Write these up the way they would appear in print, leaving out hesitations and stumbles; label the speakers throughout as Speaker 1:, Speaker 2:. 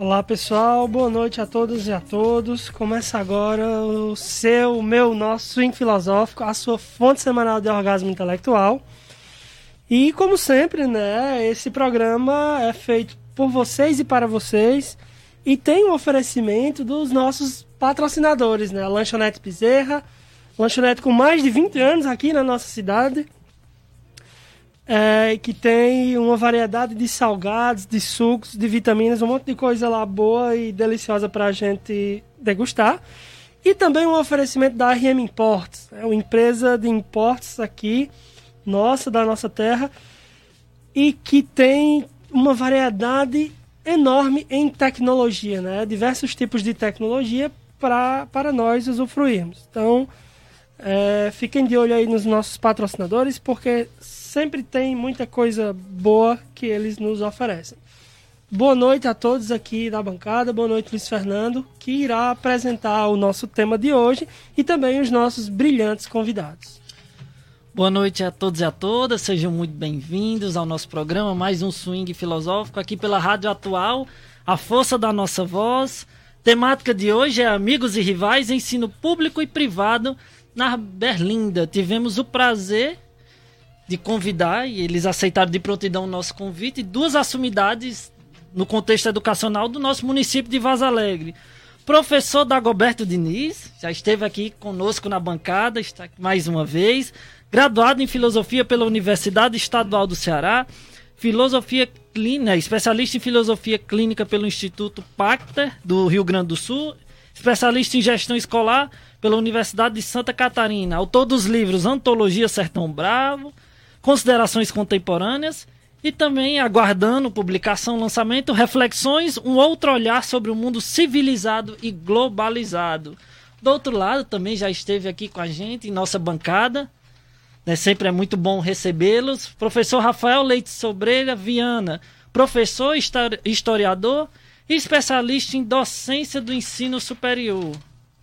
Speaker 1: Olá pessoal, boa noite a todas e a todos. Começa agora nosso Swing Filosófico, a sua fonte semanal de orgasmo intelectual. E como sempre, né, esse programa é feito por vocês e para vocês e tem um oferecimento dos nossos patrocinadores, né, a Lanchonete Bezerra, lanchonete com mais de 20 anos aqui na nossa cidade. Que tem uma variedade de salgados, de sucos, de vitaminas, um monte de coisa lá boa e deliciosa para a gente degustar. E também um oferecimento da RM Imports, uma empresa de importes aqui, da nossa terra, e que tem uma variedade enorme em tecnologia, né? Diversos tipos de tecnologia para nós usufruirmos. Então, fiquem de olho aí nos nossos patrocinadores, porque sempre tem muita coisa boa que eles nos oferecem. Boa noite a todos aqui da bancada, boa noite Luiz Fernando, que irá apresentar o nosso tema de hoje e também os nossos brilhantes convidados.
Speaker 2: Boa noite a todos e a todas, sejam muito bem-vindos ao nosso programa, mais um Swing Filosófico aqui pela Rádio Atual, a força da nossa voz. Temática de hoje é Amigos e Rivais, ensino público e privado na Berlinda. Tivemos o prazer de convidar, e eles aceitaram de prontidão o nosso convite, duas assumidades no contexto educacional do nosso município de Vaza Alegre. Professor Dagoberto Diniz, já esteve aqui conosco na bancada, está aqui mais uma vez, graduado em Filosofia pela Universidade Estadual do Ceará, Filosofia Clínica, especialista em Filosofia Clínica pelo Instituto Pacter, do Rio Grande do Sul, especialista em Gestão Escolar pela Universidade de Santa Catarina, autor dos livros Antologia Sertão Bravo, Considerações Contemporâneas e também aguardando publicação, lançamento, Reflexões, um outro olhar sobre o mundo civilizado e globalizado. Do outro lado, também já esteve aqui com a gente em nossa bancada, né? Sempre é muito bom recebê-los. Professor Rafael Leite Sobreira Viana, professor, historiador e especialista em docência do ensino superior.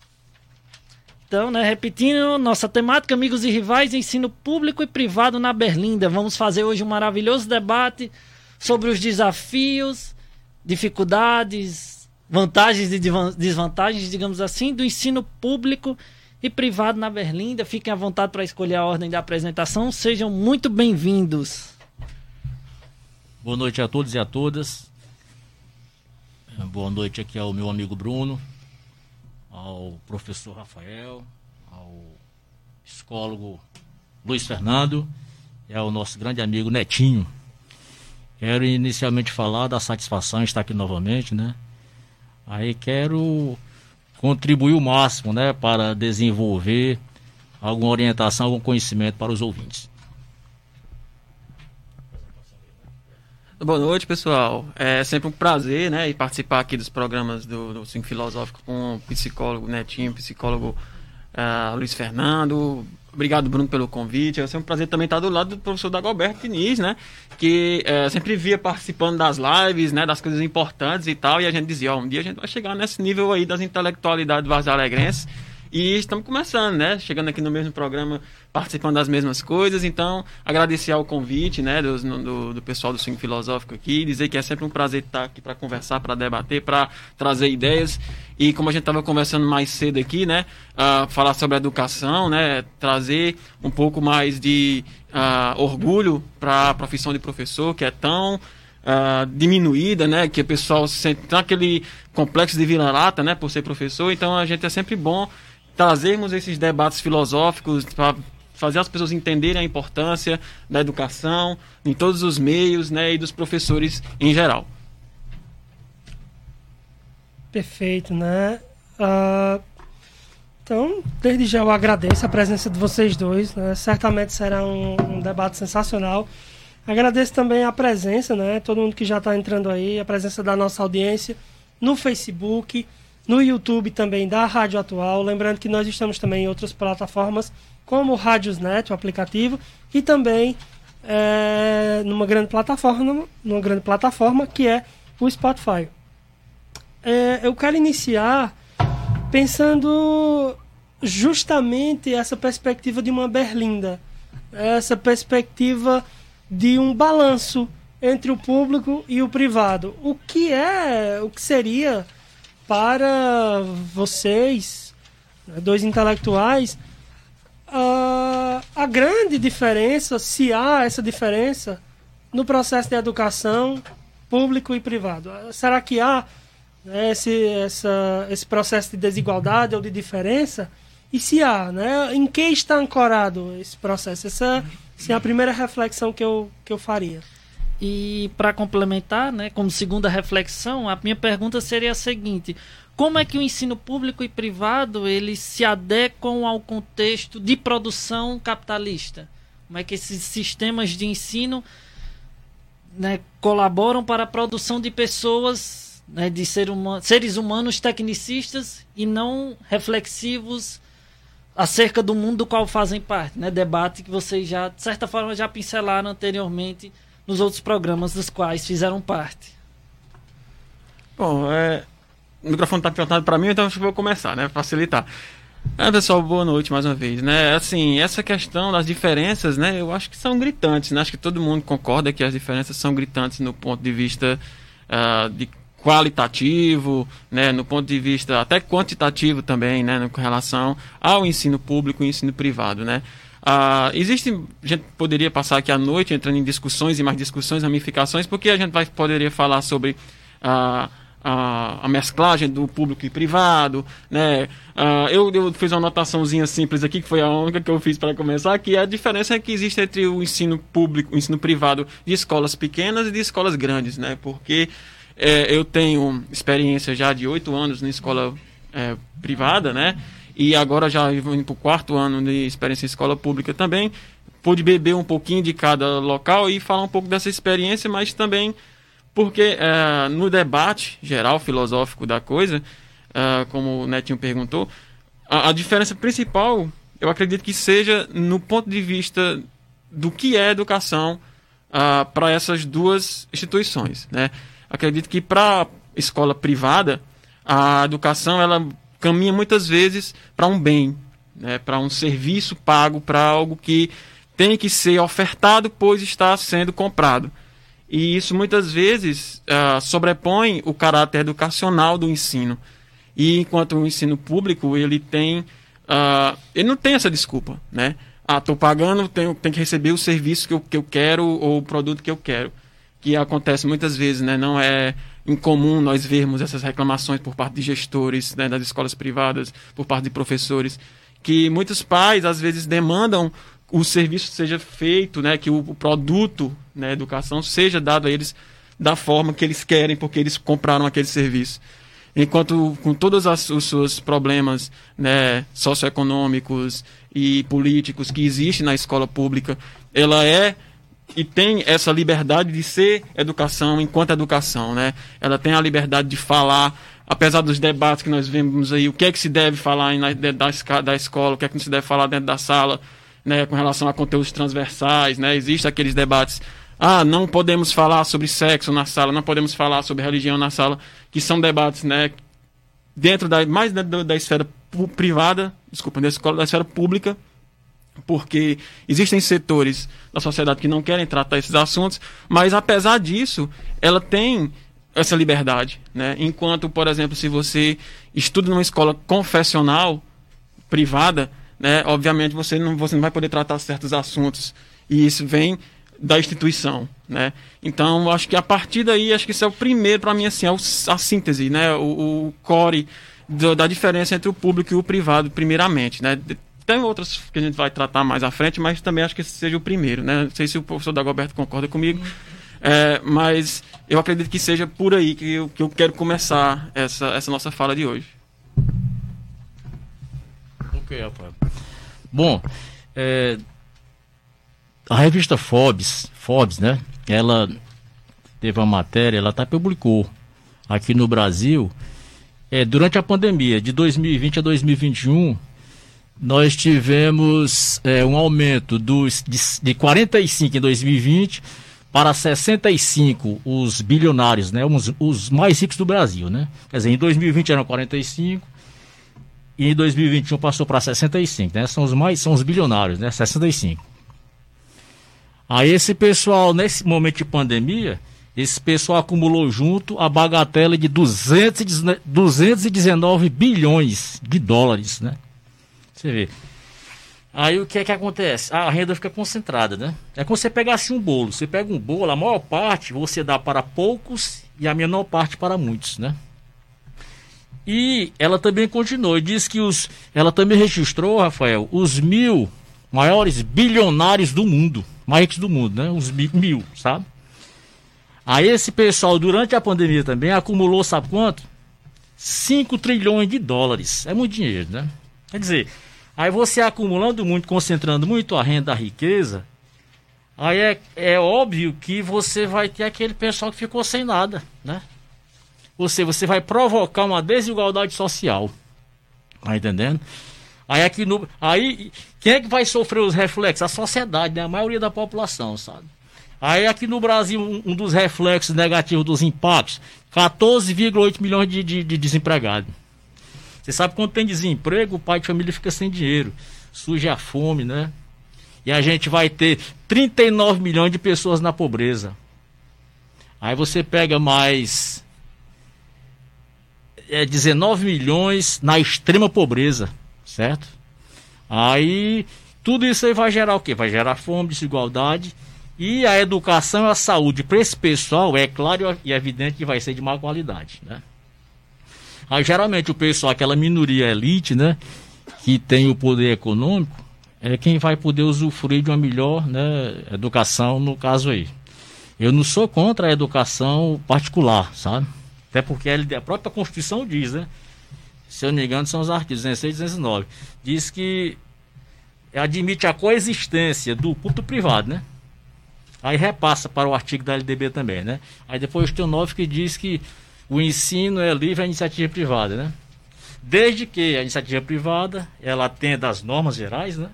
Speaker 2: Então, né, repetindo, nossa temática, Amigos e Rivais, ensino público e privado na Berlinda. Vamos fazer hoje um maravilhoso debate sobre os desafios, dificuldades, vantagens e desvantagens, digamos assim, do ensino público e privado na Berlinda. Fiquem à vontade para escolher a ordem da apresentação. Sejam muito bem-vindos.
Speaker 3: Boa noite a todos e a todas. Boa noite aqui ao meu amigo Bruno, ao professor Rafael, ao psicólogo Luiz Fernando e ao nosso grande amigo Netinho. Quero inicialmente falar da satisfação de estar aqui novamente, né? Aí quero contribuir o máximo, né, para desenvolver alguma orientação, algum conhecimento para os ouvintes.
Speaker 4: Boa noite, pessoal. É sempre um prazer, né, participar aqui dos programas do Swing Filosófico com o psicólogo Netinho, psicólogo Luiz Fernando. Obrigado, Bruno, pelo convite. É sempre um prazer também estar do lado do professor Dagoberto Diniz, né, que sempre via participando das lives, né, das coisas importantes e tal, e a gente dizia, um dia a gente vai chegar nesse nível aí das intelectualidades vazalegrenses. E estamos começando, né? Chegando aqui no mesmo programa, participando das mesmas coisas. Então, agradecer ao convite, né, do pessoal do Swing Filosófico aqui. Dizer que é sempre um prazer estar aqui para conversar, para debater, para trazer ideias. E como a gente estava conversando mais cedo aqui, né? Falar sobre a educação, né? Trazer um pouco mais de orgulho para a profissão de professor, que é tão diminuída, né? Que o pessoal sente aquele complexo de vira-lata, né? Por ser professor. Então, a gente é sempre bom trazermos esses debates filosóficos para fazer as pessoas entenderem a importância da educação em todos os meios, né, e dos professores em geral.
Speaker 1: Perfeito, né? Então, desde já eu agradeço a presença de vocês dois, né? Certamente será um debate sensacional. Agradeço também a presença, né? Todo mundo que já está entrando aí, a presença da nossa audiência no Facebook, no YouTube também da Rádio Atual. Lembrando que nós estamos também em outras plataformas, como o Radiosnet, o aplicativo, e também numa grande plataforma que é o Spotify. Eu quero iniciar pensando justamente essa perspectiva de uma Berlinda, essa perspectiva de um balanço entre o público e o privado. O que seria para vocês, dois intelectuais, a grande diferença, se há essa diferença, no processo de educação público e privado? Será que há esse processo de desigualdade ou de diferença? E se há, né? Em que está ancorado esse processo? Essa é a primeira reflexão que eu faria.
Speaker 2: E para complementar, né, como segunda reflexão, a minha pergunta seria a seguinte: como é que o ensino público e privado eles se adequam ao contexto de produção capitalista? Como é que esses sistemas de ensino, né, colaboram para a produção de pessoas, né, de seres humanos tecnicistas e não reflexivos acerca do mundo do qual fazem parte, né? Debate que vocês já, de certa forma, já pincelaram anteriormente nos outros programas dos quais fizeram parte.
Speaker 4: Bom, o microfone está apontado para mim, então acho que vou começar, né? Facilitar. Pessoal, boa noite mais uma vez, né? Assim, essa questão das diferenças, né? Eu acho que são gritantes, né? Acho que todo mundo concorda que as diferenças são gritantes no ponto de vista de qualitativo, né? No ponto de vista até quantitativo também, né? Com relação ao ensino público e ensino privado, né? A gente poderia passar aqui a noite entrando em discussões e mais discussões, ramificações, porque a gente poderia falar sobre a mesclagem do público e privado, né? Eu fiz uma anotaçãozinha simples aqui, que foi a única que eu fiz para começar, que a diferença é que existe entre o ensino público, o ensino privado de escolas pequenas e de escolas grandes, né? Porque eu tenho experiência já de 8 anos na escola privada, né? E agora já indo para o 4º ano de experiência em escola pública também. Pude beber um pouquinho de cada local e falar um pouco dessa experiência, mas também porque no debate geral, filosófico da coisa, como o Netinho perguntou, a diferença principal, eu acredito que seja no ponto de vista do que é educação para essas duas instituições, né? Acredito que para a escola privada, a educação ela caminha muitas vezes para um bem, né? Para um serviço pago, para algo que tem que ser ofertado, pois está sendo comprado. E isso muitas vezes sobrepõe o caráter educacional do ensino. E enquanto o ensino público, ele não tem essa desculpa, né? Estou pagando, tenho que receber o serviço que eu quero ou o produto que eu quero. Que acontece muitas vezes, né? Não é incomum nós vermos essas reclamações por parte de gestores, né, das escolas privadas, por parte de professores, que muitos pais às vezes demandam o serviço seja feito, né, que o produto, né, educação seja dado a eles da forma que eles querem, porque eles compraram aquele serviço. Enquanto com todos os seus problemas, né, socioeconômicos e políticos que existem na escola pública, ela e tem essa liberdade de ser educação enquanto educação, né? Ela tem a liberdade de falar, apesar dos debates que nós vemos aí, o que é que se deve falar dentro da escola, o que é que não se deve falar dentro da sala, né, com relação a conteúdos transversais, né? Existem aqueles debates, não podemos falar sobre sexo na sala, não podemos falar sobre religião na sala, que são debates, né, mais dentro da esfera privada, da esfera pública, porque existem setores da sociedade que não querem tratar esses assuntos, mas apesar disso, ela tem essa liberdade, né? Enquanto, por exemplo, se você estuda numa escola confessional privada, né, obviamente você não vai poder tratar certos assuntos, e isso vem da instituição, né? Então, eu acho que a partir daí, acho que isso é o primeiro, para mim, assim, a síntese, né? O core da diferença entre o público e o privado, primeiramente, né? Tem outras que a gente vai tratar mais à frente, mas também acho que esse seja o primeiro, né? Não sei se o professor Dagoberto concorda comigo, mas eu acredito que seja por aí que eu quero começar essa nossa fala de hoje.
Speaker 3: Ok, Rafael. Bom, a revista Forbes, né? Ela teve uma matéria, ela até publicou aqui no Brasil, durante a pandemia de 2020 a 2021, nós tivemos um aumento de 45 em 2020 para 65 os bilionários, né? Os mais ricos do Brasil, né? Quer dizer, em 2020 eram 45 e em 2021 passou para 65, né? São os bilionários, né? 65. Aí esse pessoal, nesse momento de pandemia, esse pessoal acumulou junto a bagatela de 219 bilhões de dólares, né? Você vê. Aí o que é que acontece? A renda fica concentrada, né? É como você pegasse um bolo. Você pega um bolo, a maior parte você dá para poucos e a menor parte para muitos, né? E ela também continuou e disse que ela também registrou, Rafael, os 1.000 maiores bilionários do mundo, mais ricos do mundo, né? Os 1.000, sabe? Aí esse pessoal, durante a pandemia também, acumulou, sabe quanto? 5 trilhões de dólares. É muito dinheiro, né? Quer dizer, aí você acumulando muito, concentrando muito a renda, a riqueza, aí é óbvio que você vai ter aquele pessoal que ficou sem nada, né? Você vai provocar uma desigualdade social. Tá entendendo? Aí quem é que vai sofrer os reflexos? A sociedade, né? A maioria da população, sabe? Aí aqui no Brasil, um dos reflexos negativos dos impactos, 14,8 milhões de desempregados. Você sabe quando tem desemprego, o pai de família fica sem dinheiro, surge a fome, né? E a gente vai ter 39 milhões de pessoas na pobreza. Aí você pega mais 19 milhões na extrema pobreza, certo? Aí tudo isso aí vai gerar o quê? Vai gerar fome, desigualdade, e a educação e a saúde para esse pessoal, é claro e evidente que vai ser de má qualidade, né? Aí geralmente o pessoal, aquela minoria elite, né, que tem o poder econômico, é quem vai poder usufruir de uma melhor, né, educação no caso aí. Eu não sou contra a educação particular, sabe? Até porque a própria Constituição diz, né? Se eu não me engano, são os artigos 16 e 209. Diz que admite a coexistência do público privado, né? Aí repassa para o artigo da LDB também, né? Aí depois tem o 9 que diz que o ensino é livre à iniciativa privada, né? Desde que a iniciativa privada, ela atenda às normas gerais, né?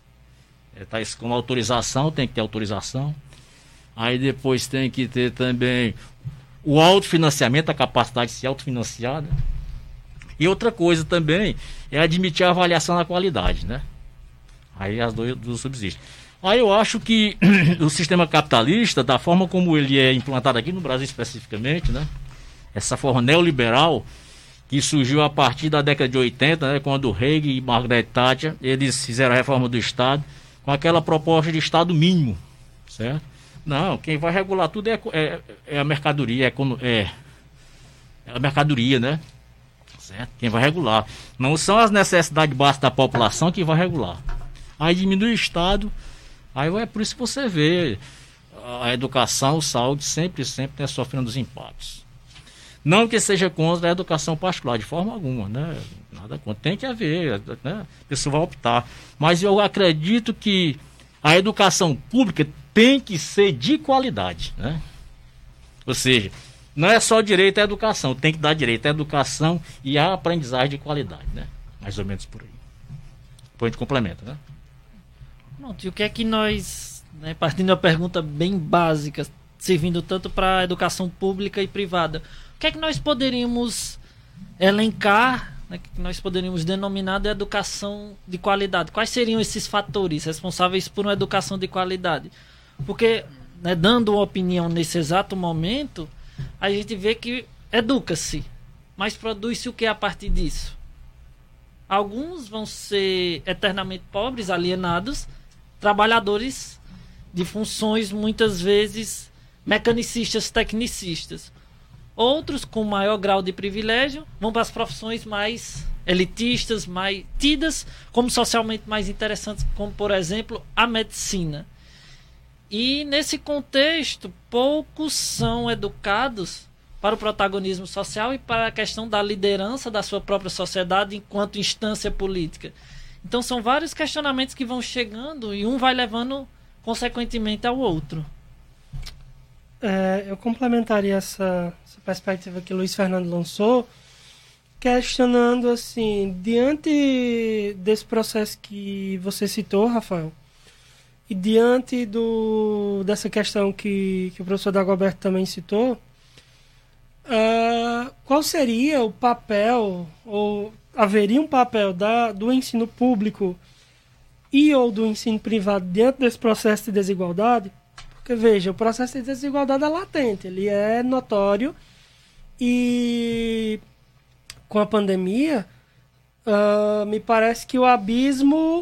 Speaker 3: Tá isso como autorização, tem que ter autorização. Aí depois tem que ter também o autofinanciamento, a capacidade de se autofinanciar, né? E outra coisa também é admitir a avaliação da qualidade, né? Aí as duas subsistem. Aí eu acho que o sistema capitalista, da forma como ele é implantado aqui no Brasil especificamente, né? Essa forma neoliberal que surgiu a partir da década de 80, né? Quando Reagan e Margaret Thatcher, eles fizeram a reforma do Estado com aquela proposta de Estado mínimo, certo? Não, quem vai regular tudo é a mercadoria, é a mercadoria, né? Certo? Quem vai regular. Não são as necessidades básicas da população que vai regular. Aí diminui o Estado, aí é por isso que você vê a educação, a saúde sempre né, sofrendo os impactos. Não que seja contra a educação particular, de forma alguma, né? Nada contra. Tem que haver, né? A pessoa vai optar. Mas eu acredito que a educação pública tem que ser de qualidade, né? Ou seja, não é só direito à educação, tem que dar direito à educação e à aprendizagem de qualidade, né? Mais ou menos por aí. Depois a gente complementa, né?
Speaker 2: Pronto, e o que é que nós, né, partindo de uma pergunta bem básica, servindo tanto para a educação pública e privada, o que é que nós poderíamos elencar, né, que nós poderíamos denominar de educação de qualidade? Quais seriam esses fatores responsáveis por uma educação de qualidade? Porque, né, dando uma opinião nesse exato momento, a gente vê que educa-se, mas produz-se o que a partir disso? Alguns vão ser eternamente pobres, alienados, trabalhadores de funções muitas vezes mecanicistas, tecnicistas. Outros, com maior grau de privilégio, vão para as profissões mais elitistas, mais tidas como socialmente mais interessantes, como, por exemplo, a medicina. E, nesse contexto, poucos são educados para o protagonismo social e para a questão da liderança da sua própria sociedade enquanto instância política. Então, são vários questionamentos que vão chegando e um vai levando, consequentemente, ao outro.
Speaker 1: Eu complementaria essa perspectiva que o Luiz Fernando lançou, questionando, assim, diante desse processo que você citou, Rafael, e diante dessa questão que o professor Dagoberto também citou, qual seria o papel, ou haveria um papel do ensino público e ou do ensino privado diante desse processo de desigualdade? Porque, veja, o processo de desigualdade é latente, ele é notório e com a pandemia, me parece que o abismo,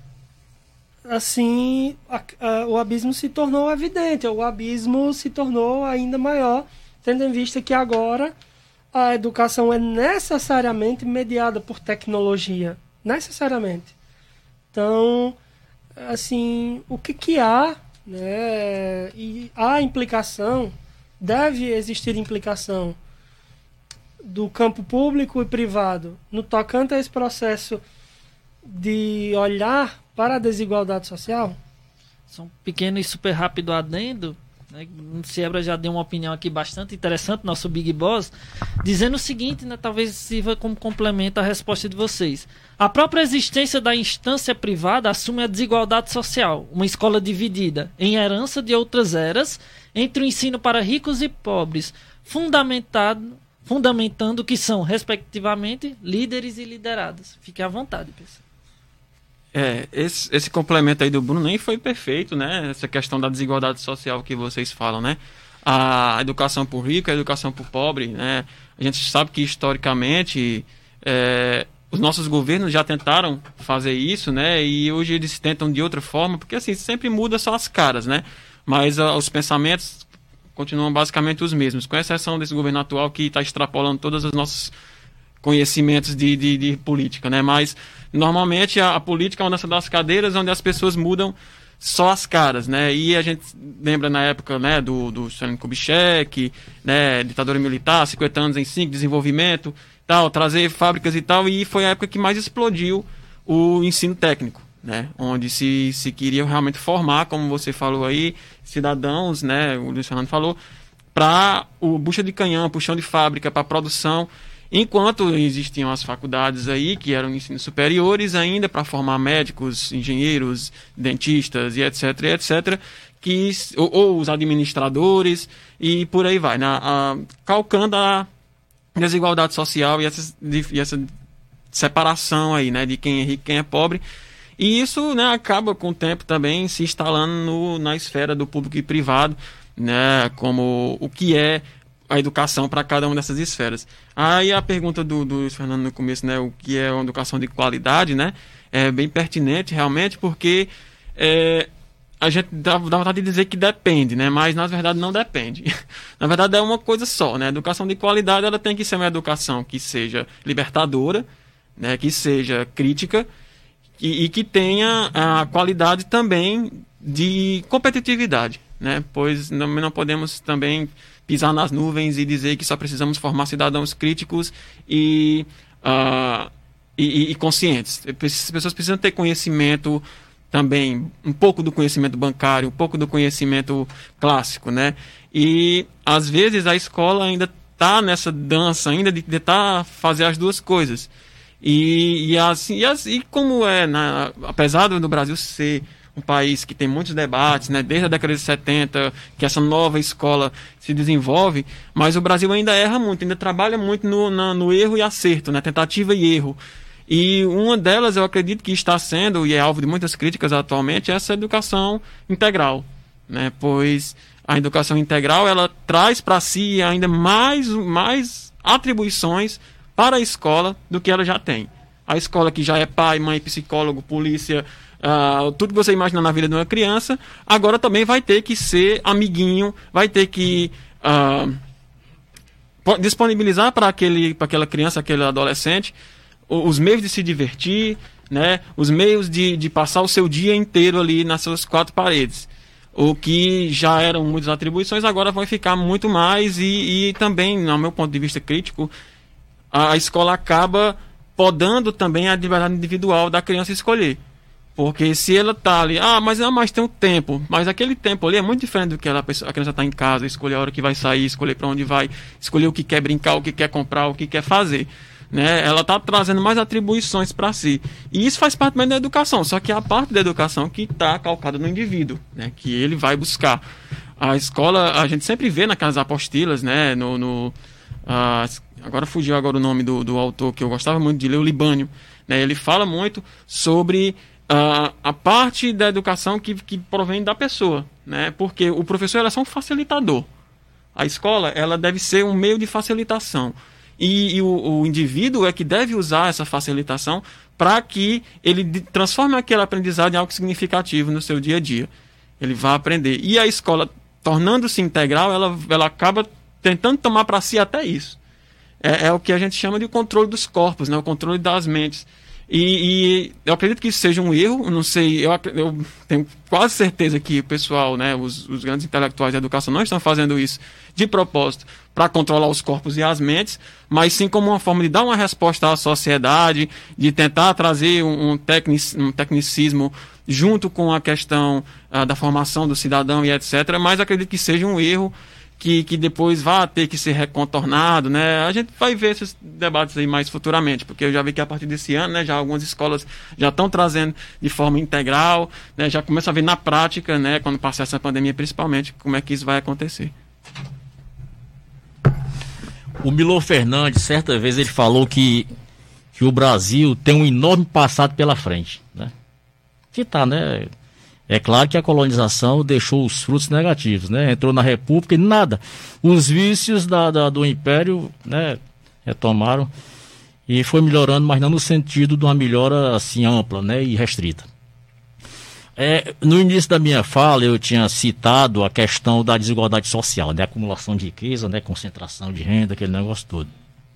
Speaker 1: assim, o abismo se tornou evidente, o abismo se tornou ainda maior, tendo em vista que agora a educação é necessariamente mediada por tecnologia, necessariamente. Então, assim, o que há, né, e há implicação, deve existir implicação do campo público e privado no tocante a esse processo de olhar para a desigualdade social?
Speaker 2: Só um pequeno e super rápido adendo, né? O Siebra já deu uma opinião aqui bastante interessante, nosso Big Boss, dizendo o seguinte, né, talvez sirva como complemento à resposta de vocês. A própria existência da instância privada assume a desigualdade social, uma escola dividida em herança de outras eras, entre o ensino para ricos e pobres, fundamentando que são, respectivamente, líderes e lideradas. Fique à vontade, pessoal.
Speaker 4: Esse complemento aí do Bruno nem foi perfeito, né? Essa questão da desigualdade social que vocês falam, né? A educação por rico, a educação por pobre, né? A gente sabe que, historicamente, os nossos governos já tentaram fazer isso, né? E hoje eles tentam de outra forma, porque, assim, sempre muda só as caras, né? Mas os pensamentos continuam basicamente os mesmos, com exceção desse governo atual que está extrapolando todos os nossos conhecimentos de política, né? Mas normalmente a política é uma das cadeiras onde as pessoas mudam só as caras, né? E a gente lembra na época, né, do Stalin Kubitschek, né, ditadura militar, 50 anos em 5, desenvolvimento, tal, trazer fábricas e tal, e foi a época que mais explodiu o ensino técnico, né? Onde se queria realmente formar, como você falou aí, cidadãos, né, o Luiz Fernando falou, para o bucha de canhão, puxão de fábrica, para produção. Enquanto existiam as faculdades aí, que eram ensinos superiores ainda, para formar médicos, engenheiros, dentistas e etc., ou os administradores, e por aí vai, né? Calcando a desigualdade social e essa separação aí, né, de quem é rico e quem é pobre. E isso, né, acaba com o tempo também se instalando na esfera do público e privado, né, como o que é a educação para cada uma dessas esferas. Aí a pergunta do Fernando no começo, né, o que é uma educação de qualidade, né, é bem pertinente realmente, porque a gente dá vontade de dizer que depende, né, mas na verdade não depende. Na verdade é uma coisa só, né, a educação de qualidade ela tem que ser uma educação que seja libertadora, né, que seja crítica e que tenha a qualidade também de competitividade, né, pois não podemos também pisar nas nuvens e dizer que só precisamos formar cidadãos críticos e conscientes. As pessoas precisam ter conhecimento também, um pouco do conhecimento bancário, um pouco do conhecimento clássico, né? E, às vezes, a escola ainda está nessa dança, ainda de tentar fazer as duas coisas. E como apesar do Brasil ser um país que tem muitos debates, né, desde a década de 70, que essa nova escola se desenvolve, mas o Brasil ainda erra muito, ainda trabalha muito no erro e acerto, né, tentativa e erro. E uma delas, eu acredito que está sendo, e é alvo de muitas críticas atualmente, é essa educação integral, né, pois a educação integral, ela traz para si ainda mais atribuições para a escola do que ela já tem. A escola que já é pai, mãe, psicólogo, polícia, tudo que você imagina na vida de uma criança, agora também vai ter que ser amiguinho, vai ter que disponibilizar para aquela criança, aquele adolescente, os meios de se divertir, né, os meios de passar o seu dia inteiro ali nas suas quatro paredes. O que já eram muitas atribuições, agora vai ficar muito mais e também, no meu ponto de vista crítico, a escola acaba podando também a liberdade individual da criança escolher. Porque se ela está ali, mas tem um tempo, mas aquele tempo ali é muito diferente do que a criança está em casa, escolher a hora que vai sair, escolher para onde vai, escolher o que quer brincar, o que quer comprar, o que quer fazer. Né? Ela está trazendo mais atribuições para si. E isso faz parte também da educação, só que é a parte da educação que está calcada no indivíduo, né? Que ele vai buscar. A escola, a gente sempre vê naquelas apostilas, né? Agora fugiu o nome do autor que eu gostava muito de ler, o Libânio. Né? Ele fala muito sobre a parte da educação que provém da pessoa, né? Porque o professor é só um facilitador. A escola, ela deve ser um meio de facilitação. E o indivíduo é que deve usar essa facilitação para que ele transforme aquele aprendizado em algo significativo no seu dia a dia. Ele vai aprender. E a escola, tornando-se integral, ela acaba tentando tomar para si até isso. É o que a gente chama de controle dos corpos, né? O controle das mentes. E eu acredito que isso seja um erro, não sei, eu tenho quase certeza que o pessoal, né, os grandes intelectuais da educação não estão fazendo isso de propósito para controlar os corpos e as mentes, mas sim como uma forma de dar uma resposta à sociedade, de tentar trazer um tecnicismo junto com a questão da formação do cidadão e etc. Mas acredito que seja um erro que depois vai ter que ser recontornado, né? A gente vai ver esses debates aí mais futuramente, porque eu já vi que a partir desse ano, né, já algumas escolas já estão trazendo de forma integral, né, já começa a ver na prática, né, quando passar essa pandemia principalmente, como é que isso vai acontecer.
Speaker 3: O Milor Fernandes, certa vez, ele falou que o Brasil tem um enorme passado pela frente, né? Que tá, né? É claro que a colonização deixou os frutos negativos, né? Entrou na República e nada. Os vícios do Império, né, retomaram e foi melhorando, mas não no sentido de uma melhora assim ampla, né, e restrita. No início da minha fala eu tinha citado a questão da desigualdade social, né? Acumulação de riqueza, né? Concentração de renda, aquele negócio todo.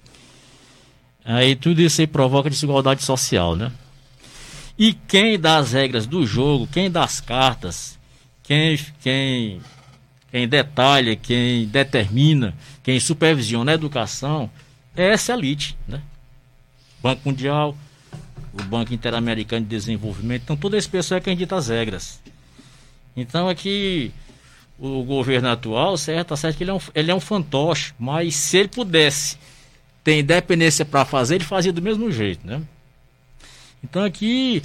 Speaker 3: Aí tudo isso aí provoca desigualdade social, né? E quem dá as regras do jogo, quem dá as cartas, quem detalha, quem determina, quem supervisiona a educação é essa elite, né? Banco Mundial, o Banco Interamericano de Desenvolvimento, então todo esse pessoal é quem dita as regras. Então aqui o governo atual, certo, tá certo que ele é um fantoche, mas se ele pudesse ter independência para fazer, ele fazia do mesmo jeito, né? Então aqui,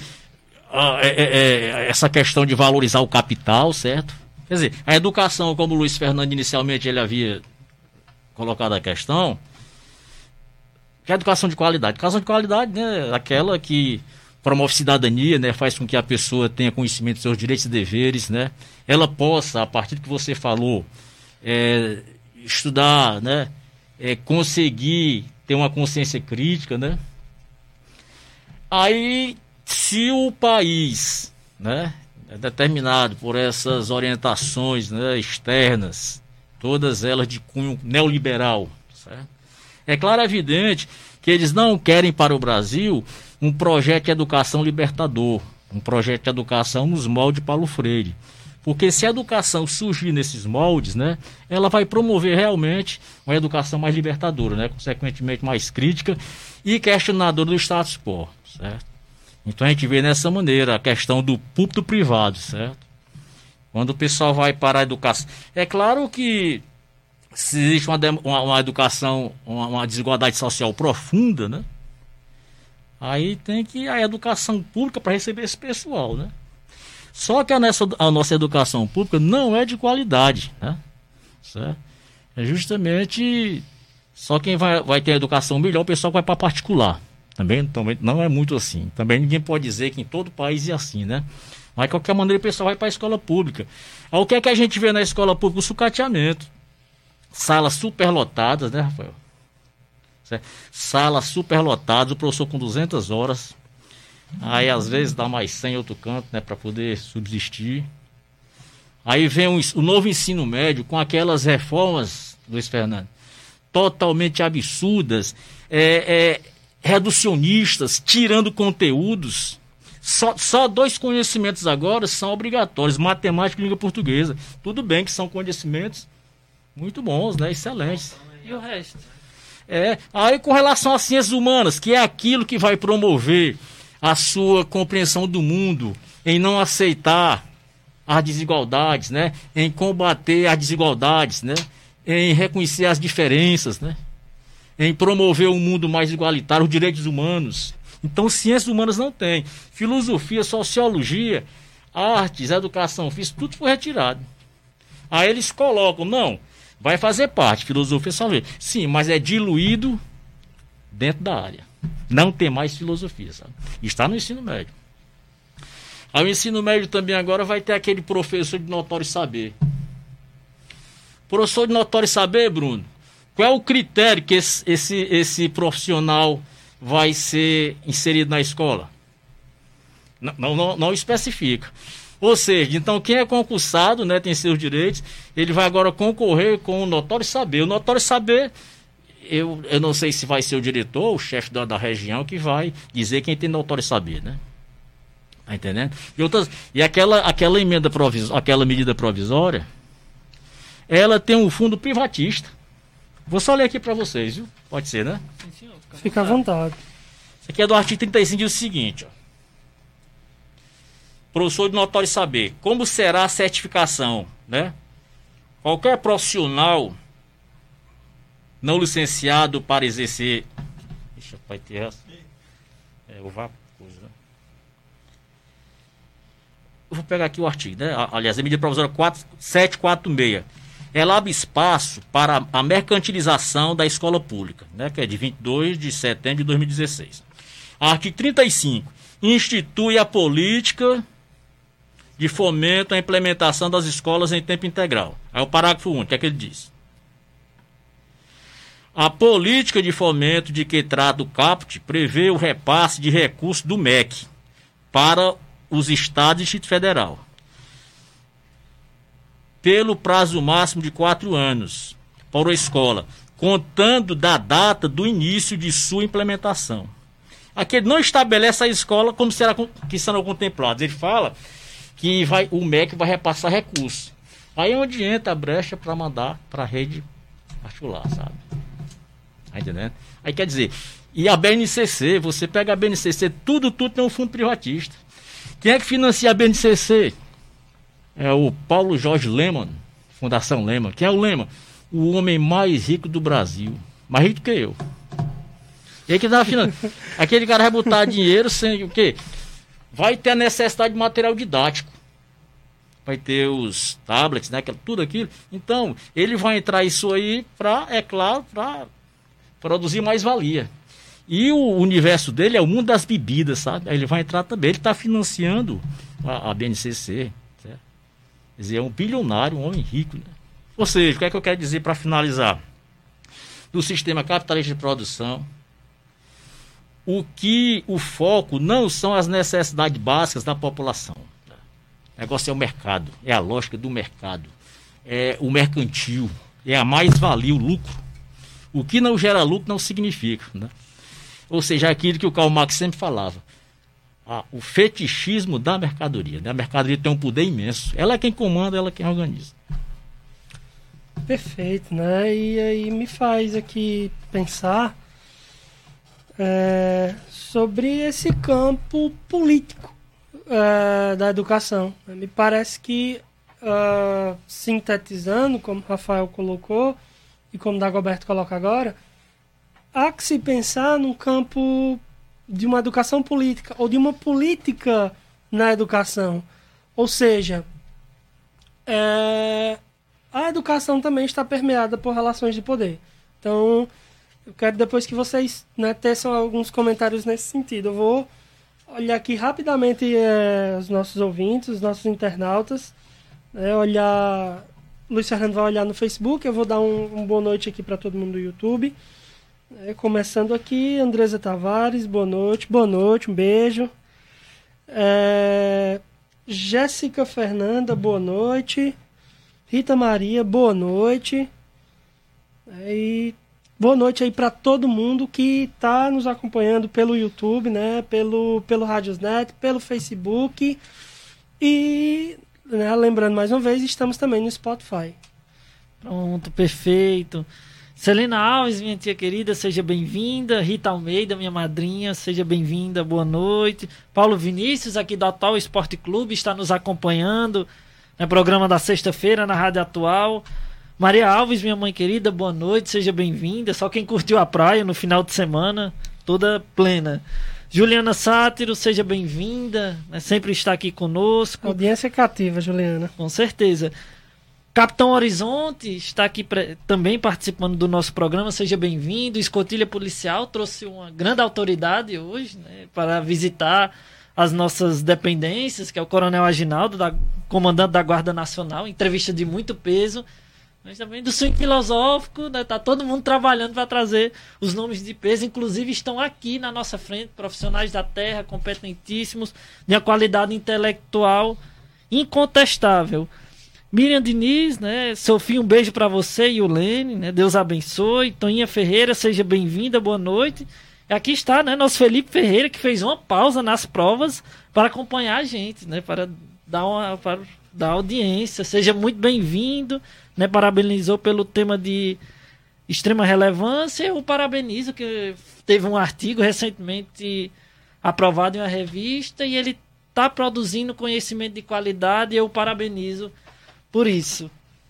Speaker 3: essa questão de valorizar o capital, certo? Quer dizer, a educação, como o Luiz Fernando inicialmente ele havia colocado a questão, que é a educação de qualidade. Educação de qualidade, né, aquela que promove cidadania, né, faz com que a pessoa tenha conhecimento dos seus direitos e deveres, né? Ela possa, a partir do que você falou, estudar, né, conseguir ter uma consciência crítica, né? Aí, se o país, né, é determinado por essas orientações, né, externas, todas elas de cunho neoliberal, certo? É claro, evidente que eles não querem para o Brasil um projeto de educação libertador, um projeto de educação nos moldes de Paulo Freire. Porque se a educação surgir nesses moldes, né, ela vai promover realmente uma educação mais libertadora, né, consequentemente mais crítica e questionadora do status quo, certo? Então a gente vê dessa maneira a questão do público privado, certo? Quando o pessoal vai para a educação. É claro que se existe uma educação, uma desigualdade social profunda, né? Aí tem que a educação pública para receber esse pessoal, né? Só que a nossa educação pública não é de qualidade, né? Certo? É justamente só quem vai ter a educação melhor, o pessoal vai para particular. Também não é muito assim. Também ninguém pode dizer que em todo país é assim, né? Mas de qualquer maneira o pessoal vai para a escola pública. Aí, o que é que a gente vê na escola pública? O sucateamento. Salas superlotadas, né, Rafael? Certo? Salas superlotadas, o professor com 200 horas. Aí às vezes dá mais 100 em outro canto, né, para poder subsistir. Aí vem o novo ensino médio com aquelas reformas, Luiz Fernando, totalmente absurdas, reducionistas, tirando conteúdos. Só 2 conhecimentos agora são obrigatórios, matemática e língua portuguesa. Tudo bem que são conhecimentos muito bons, né, excelentes.
Speaker 2: E o resto?
Speaker 3: Aí com relação às ciências humanas, que é aquilo que vai promover a sua compreensão do mundo, em não aceitar as desigualdades, né, em combater as desigualdades, né, em reconhecer as diferenças, né, em promover um mundo mais igualitário, os direitos humanos. Então, ciências humanas não tem. Filosofia, sociologia, artes, educação física, tudo foi retirado. Aí eles colocam, não, vai fazer parte, filosofia, sociologia. Sim, mas é diluído dentro da área. Não tem mais filosofia, sabe? Está no ensino médio. Ao ensino médio também agora vai ter aquele professor de notório saber. Professor de notório saber, Bruno, qual é o critério que esse profissional vai ser inserido na escola? Não especifica. Ou seja, então quem é concursado, né, tem seus direitos, ele vai agora concorrer com o notório saber. O notório saber, eu não sei se vai ser o diretor, o chefe da região, que vai dizer quem tem notório saber, né? Tá entendendo? E aquela emenda provisória, aquela medida provisória, ela tem um fundo privatista. Vou só ler aqui para vocês, viu? Pode ser, né?
Speaker 2: Sim, senhor,
Speaker 1: Fica à vontade.
Speaker 3: Isso aqui é do artigo 35, diz o seguinte, ó. Professor de notório saber, como será a certificação, né? Qualquer profissional não licenciado para exercer... Deixa vai ter essa. Eu vou pegar aqui o artigo, né? Aliás, a medida provisória 746. Ela abre espaço para a mercantilização da escola pública, né? Que é de 22 de setembro de 2016. Artigo 35. Institui a política de fomento à implementação das escolas em tempo integral. Aí o parágrafo 1, o que é que ele diz? A política de fomento de que trata o caput prevê o repasse de recursos do MEC para os estados e Distrito Federal, pelo prazo máximo de 4 anos, para a escola, contando da data do início de sua implementação. Aqui ele não estabelece a escola como que serão contemplados. Ele fala que o MEC vai repassar recursos. Aí é onde entra a brecha para mandar para a rede particular, sabe? Tá entendendo? Aí quer dizer, e a BNCC, você pega a BNCC, tudo tem um fundo privatista. Quem é que financia a BNCC? É o Paulo Jorge Leman, Fundação Leman. Quem é o Leman? O homem mais rico do Brasil. Mais rico do que eu. E aí que dá aquele cara vai botar dinheiro sem o quê? Vai ter a necessidade de material didático. Vai ter os tablets, né? Tudo aquilo. Então, ele vai entrar isso aí para, é claro, para produzir mais valia. E o universo dele é o mundo das bebidas, sabe? Aí ele vai entrar também. Ele está financiando a BNCC. Certo? Quer dizer, é um bilionário, um homem rico. Né? Ou seja, o que é que eu quero dizer para finalizar? Do sistema capitalista de produção, o foco não são as necessidades básicas da população. O negócio é o mercado, é a lógica do mercado, é o mercantil, é a mais-valia, o lucro. O que não gera lucro não significa, né? Ou seja, aquilo que o Karl Marx sempre falava, o fetichismo da mercadoria. Né? A mercadoria tem um poder imenso, ela é quem comanda, ela é quem organiza.
Speaker 1: Perfeito, né? E aí me faz aqui pensar sobre esse campo político da educação. Me parece que, sintetizando, como o Rafael colocou e como o Dagoberto coloca agora, há que se pensar num campo de uma educação política ou de uma política na educação. Ou seja, a educação também está permeada por relações de poder. Então, eu quero depois que vocês, né, teçam alguns comentários nesse sentido. Eu vou olhar aqui rapidamente os nossos ouvintes, os nossos internautas. Olhar... Luiz Fernando vai olhar no Facebook. Eu vou dar uma boa noite aqui para todo mundo do YouTube. Começando aqui, Andresa Tavares, boa noite, um beijo. Jéssica Fernanda, boa noite. Rita Maria, boa noite. E boa noite aí para todo mundo que está nos acompanhando pelo YouTube, né, pelo Radiosnet, pelo Facebook. E, né, lembrando mais uma vez, estamos também no Spotify.
Speaker 2: Pronto, perfeito. Celina Alves, minha tia querida, seja bem-vinda. Rita Almeida, minha madrinha, seja bem-vinda, boa noite. Paulo Vinícius, aqui do Atual Esporte Clube, está nos acompanhando no programa da sexta-feira na Rádio Atual. Maria Alves, minha mãe querida, boa noite, seja bem-vinda. Só quem curtiu a praia no final de semana, toda plena. Juliana Sátiro, seja bem-vinda, né, sempre está aqui conosco.
Speaker 1: Audiência cativa, Juliana.
Speaker 2: Com certeza. Capitão Horizonte está aqui também participando do nosso programa, seja bem-vindo. Escotilha Policial trouxe uma grande autoridade hoje, né, para visitar as nossas dependências, que é o Coronel Aginaldo, comandante da Guarda Nacional, entrevista de muito peso, mas também do swing filosófico, né? Tá todo mundo trabalhando para trazer os nomes de peso, inclusive estão aqui na nossa frente, profissionais da terra, competentíssimos, de uma qualidade intelectual incontestável. Miriam Diniz, né? Sofia, um beijo para você e o Lene, né? Deus abençoe. Toninha Ferreira, seja bem-vinda, boa noite. E aqui está, né, nosso Felipe Ferreira, que fez uma pausa nas provas para acompanhar a gente, né? Para dar audiência. Seja muito bem-vindo, né? Parabenizou pelo tema de extrema relevância. Eu parabenizo, que teve um artigo recentemente aprovado em uma revista e ele está produzindo conhecimento de qualidade, e eu parabenizo por isso.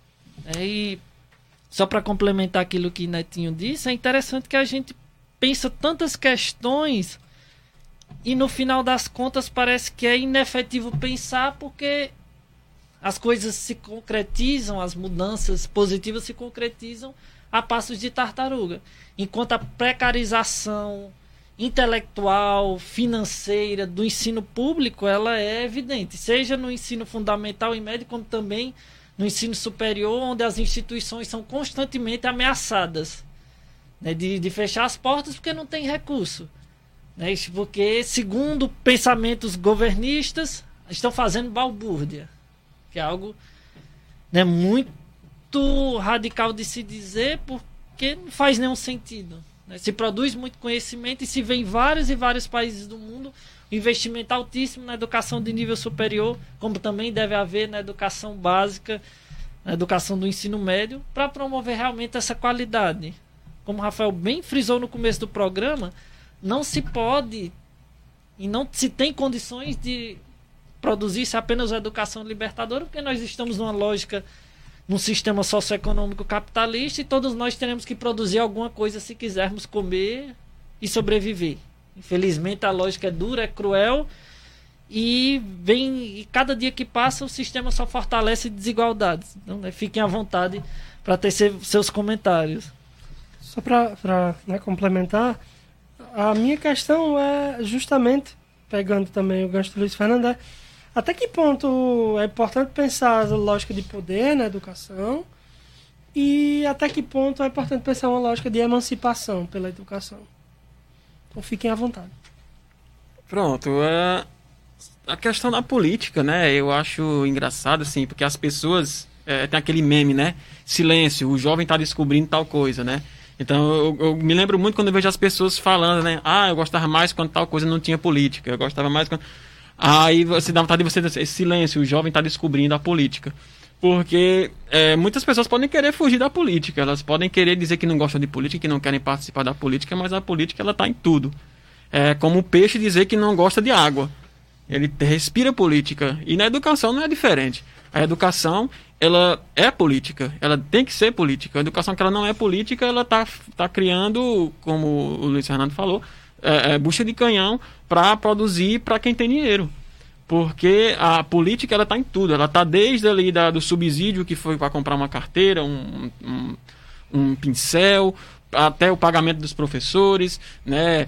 Speaker 2: E só para complementar aquilo que Netinho disse, é interessante que a gente pensa tantas questões e no final das contas parece que é inefetivo pensar, porque as coisas se concretizam, as mudanças positivas se concretizam a passos de tartaruga, enquanto a precarização intelectual, financeira do ensino público, ela é evidente, seja no ensino fundamental e médio, como também no ensino superior, onde as instituições são constantemente ameaçadas, né, de fechar as portas porque não tem recurso, né, porque, segundo pensamentos governistas, estão fazendo balbúrdia, que é algo, né, muito radical de se dizer, porque não faz nenhum sentido. Se produz muito conhecimento e se vê em vários e vários países do mundo investimento altíssimo na educação de nível superior, como também deve haver na educação básica, na educação do ensino médio, para promover realmente essa qualidade. Como o Rafael bem frisou no começo do programa, não se pode e não se tem condições de produzir-se apenas a educação libertadora, porque nós estamos numa lógica, num sistema socioeconômico capitalista, e todos nós teremos que produzir alguma coisa se quisermos comer e sobreviver. Infelizmente a lógica é dura, é cruel, e cada dia que passa o sistema só fortalece desigualdades. Então, né, fiquem à vontade para tecer seus comentários.
Speaker 1: Só para né, complementar, a minha questão é justamente, pegando também o gancho do Luiz Fernando, até que ponto é importante pensar a lógica de poder na educação, e até que ponto é importante pensar uma lógica de emancipação pela educação. Então fiquem à vontade.
Speaker 4: Pronto, a questão da política, né? Eu acho engraçado, assim, porque as pessoas... tem aquele meme, né? Silêncio, o jovem está descobrindo tal coisa, né? Então eu me lembro muito quando eu vejo as pessoas falando, né? Eu gostava mais quando tal coisa não tinha política. Eu gostava mais quando... Aí você dá vontade de você dizer, esse silêncio, o jovem está descobrindo a política. Porque muitas pessoas podem querer fugir da política, elas podem querer dizer que não gostam de política, que não querem participar da política, mas a política ela está em tudo. É como o peixe dizer que não gosta de água. Ele respira política. E na educação não é diferente. A educação, ela é política, ela tem que ser política. A educação que ela não é política, ela tá criando, como o Luiz Fernando falou, bucha de canhão para produzir para quem tem dinheiro. Porque a política ela está em tudo, ela está desde ali do subsídio que foi para comprar uma carteira, um pincel, até o pagamento dos professores, né,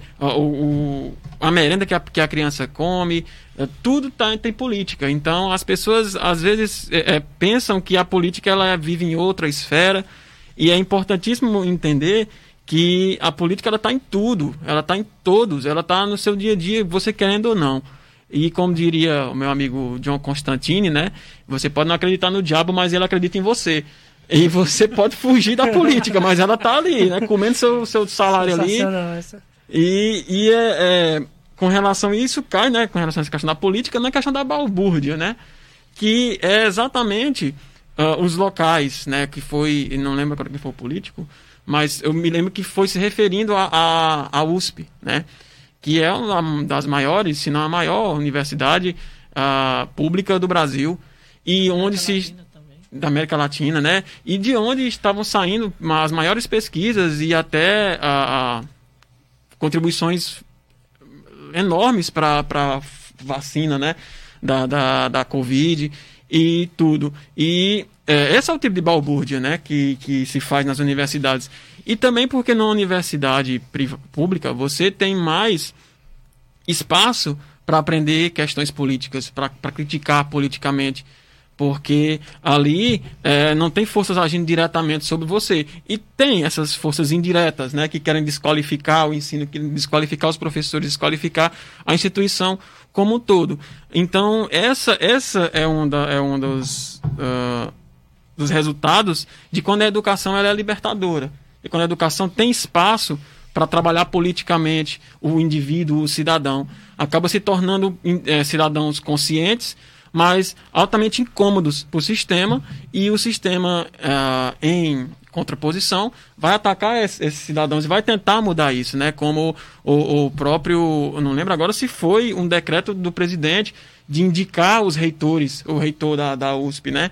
Speaker 4: a merenda que a criança come, tudo tem política. Então as pessoas às vezes pensam que a política ela vive em outra esfera, e é importantíssimo entender que a política ela está em tudo, ela está em todos, ela está no seu dia a dia, você querendo ou não. E como diria o meu amigo John Constantine, né? Você pode não acreditar no diabo, mas ele acredita em você. E você pode fugir da política, mas ela está ali, né? Comendo seu salário ali.
Speaker 1: Essa.
Speaker 4: E com relação a isso, cai, né? Com relação a essa questão da política, na questão da balbúrdia, né? Que é exatamente os locais, né? Que foi, não lembro agora quem foi o político, mas eu me lembro que foi se referindo à USP, né? Que é uma das maiores, se não a maior universidade pública do Brasil, e onde da América Latina, né? E de onde estavam saindo as maiores pesquisas e até contribuições enormes para a vacina, né? Da Covid e tudo. E esse é o tipo de balbúrdia, né? Que se faz nas universidades. E também porque na universidade pública você tem mais espaço para aprender questões políticas, para criticar politicamente, porque ali não tem forças agindo diretamente sobre você. E tem essas forças indiretas, né, que querem desqualificar o ensino, querem desqualificar os professores, desqualificar a instituição como um todo. Então, essa é um dos resultados de quando a educação ela é libertadora. E quando a educação tem espaço para trabalhar politicamente o indivíduo, o cidadão, acaba se tornando cidadãos conscientes, mas altamente incômodos para o sistema, e o sistema, em contraposição, vai atacar esses cidadãos e vai tentar mudar isso, né? Como o próprio, eu não lembro agora se foi um decreto do presidente de indicar os reitores, o reitor da USP, né?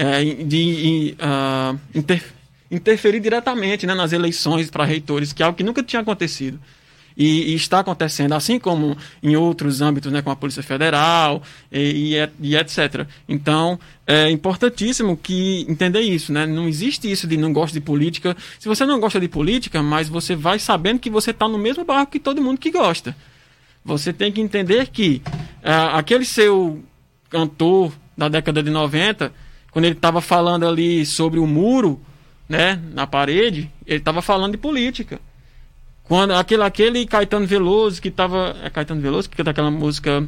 Speaker 4: Interferir diretamente, né, nas eleições para reitores, que é algo que nunca tinha acontecido. E está acontecendo, assim como em outros âmbitos, né, como a Polícia Federal e etc. Então, é importantíssimo entender isso, né? Não existe isso de não gosto de política. Se você não gosta de política, mas você vai sabendo que você está no mesmo barco que todo mundo que gosta. Você tem que entender que aquele seu cantor da década de 90, quando ele estava falando ali sobre o muro, né, na parede, ele estava falando de política. Quando aquele Caetano Veloso que estava... É Caetano Veloso que canta aquela música...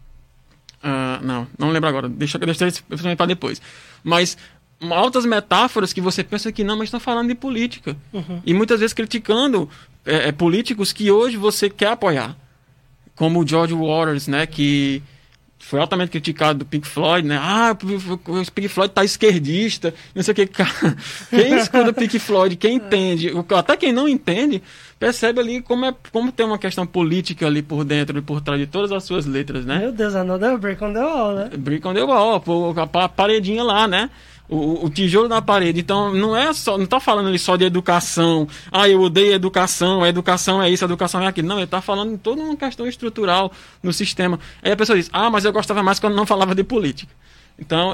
Speaker 4: não lembro agora. Deixa eu para depois. Mas altas metáforas que você pensa que não, mas estão falando de política. Uhum. E muitas vezes criticando políticos que hoje você quer apoiar. Como o George Waters, né, que foi altamente criticado do Pink Floyd, né? O Pink Floyd tá esquerdista, não sei o que. Quem escuta o Pink Floyd, quem entende, até quem não entende, percebe ali como tem uma questão política ali por dentro e por trás de todas as suas letras, né?
Speaker 1: Meu Deus, another brick on the wall, né?
Speaker 4: Brick on the wall, a paredinha lá, né? O tijolo na parede. Então, não tá falando ali só de educação. Eu odeio a educação é isso, a educação é aquilo. Não, ele tá falando de toda uma questão estrutural no sistema. Aí a pessoa diz, mas eu gostava mais quando não falava de política. Então,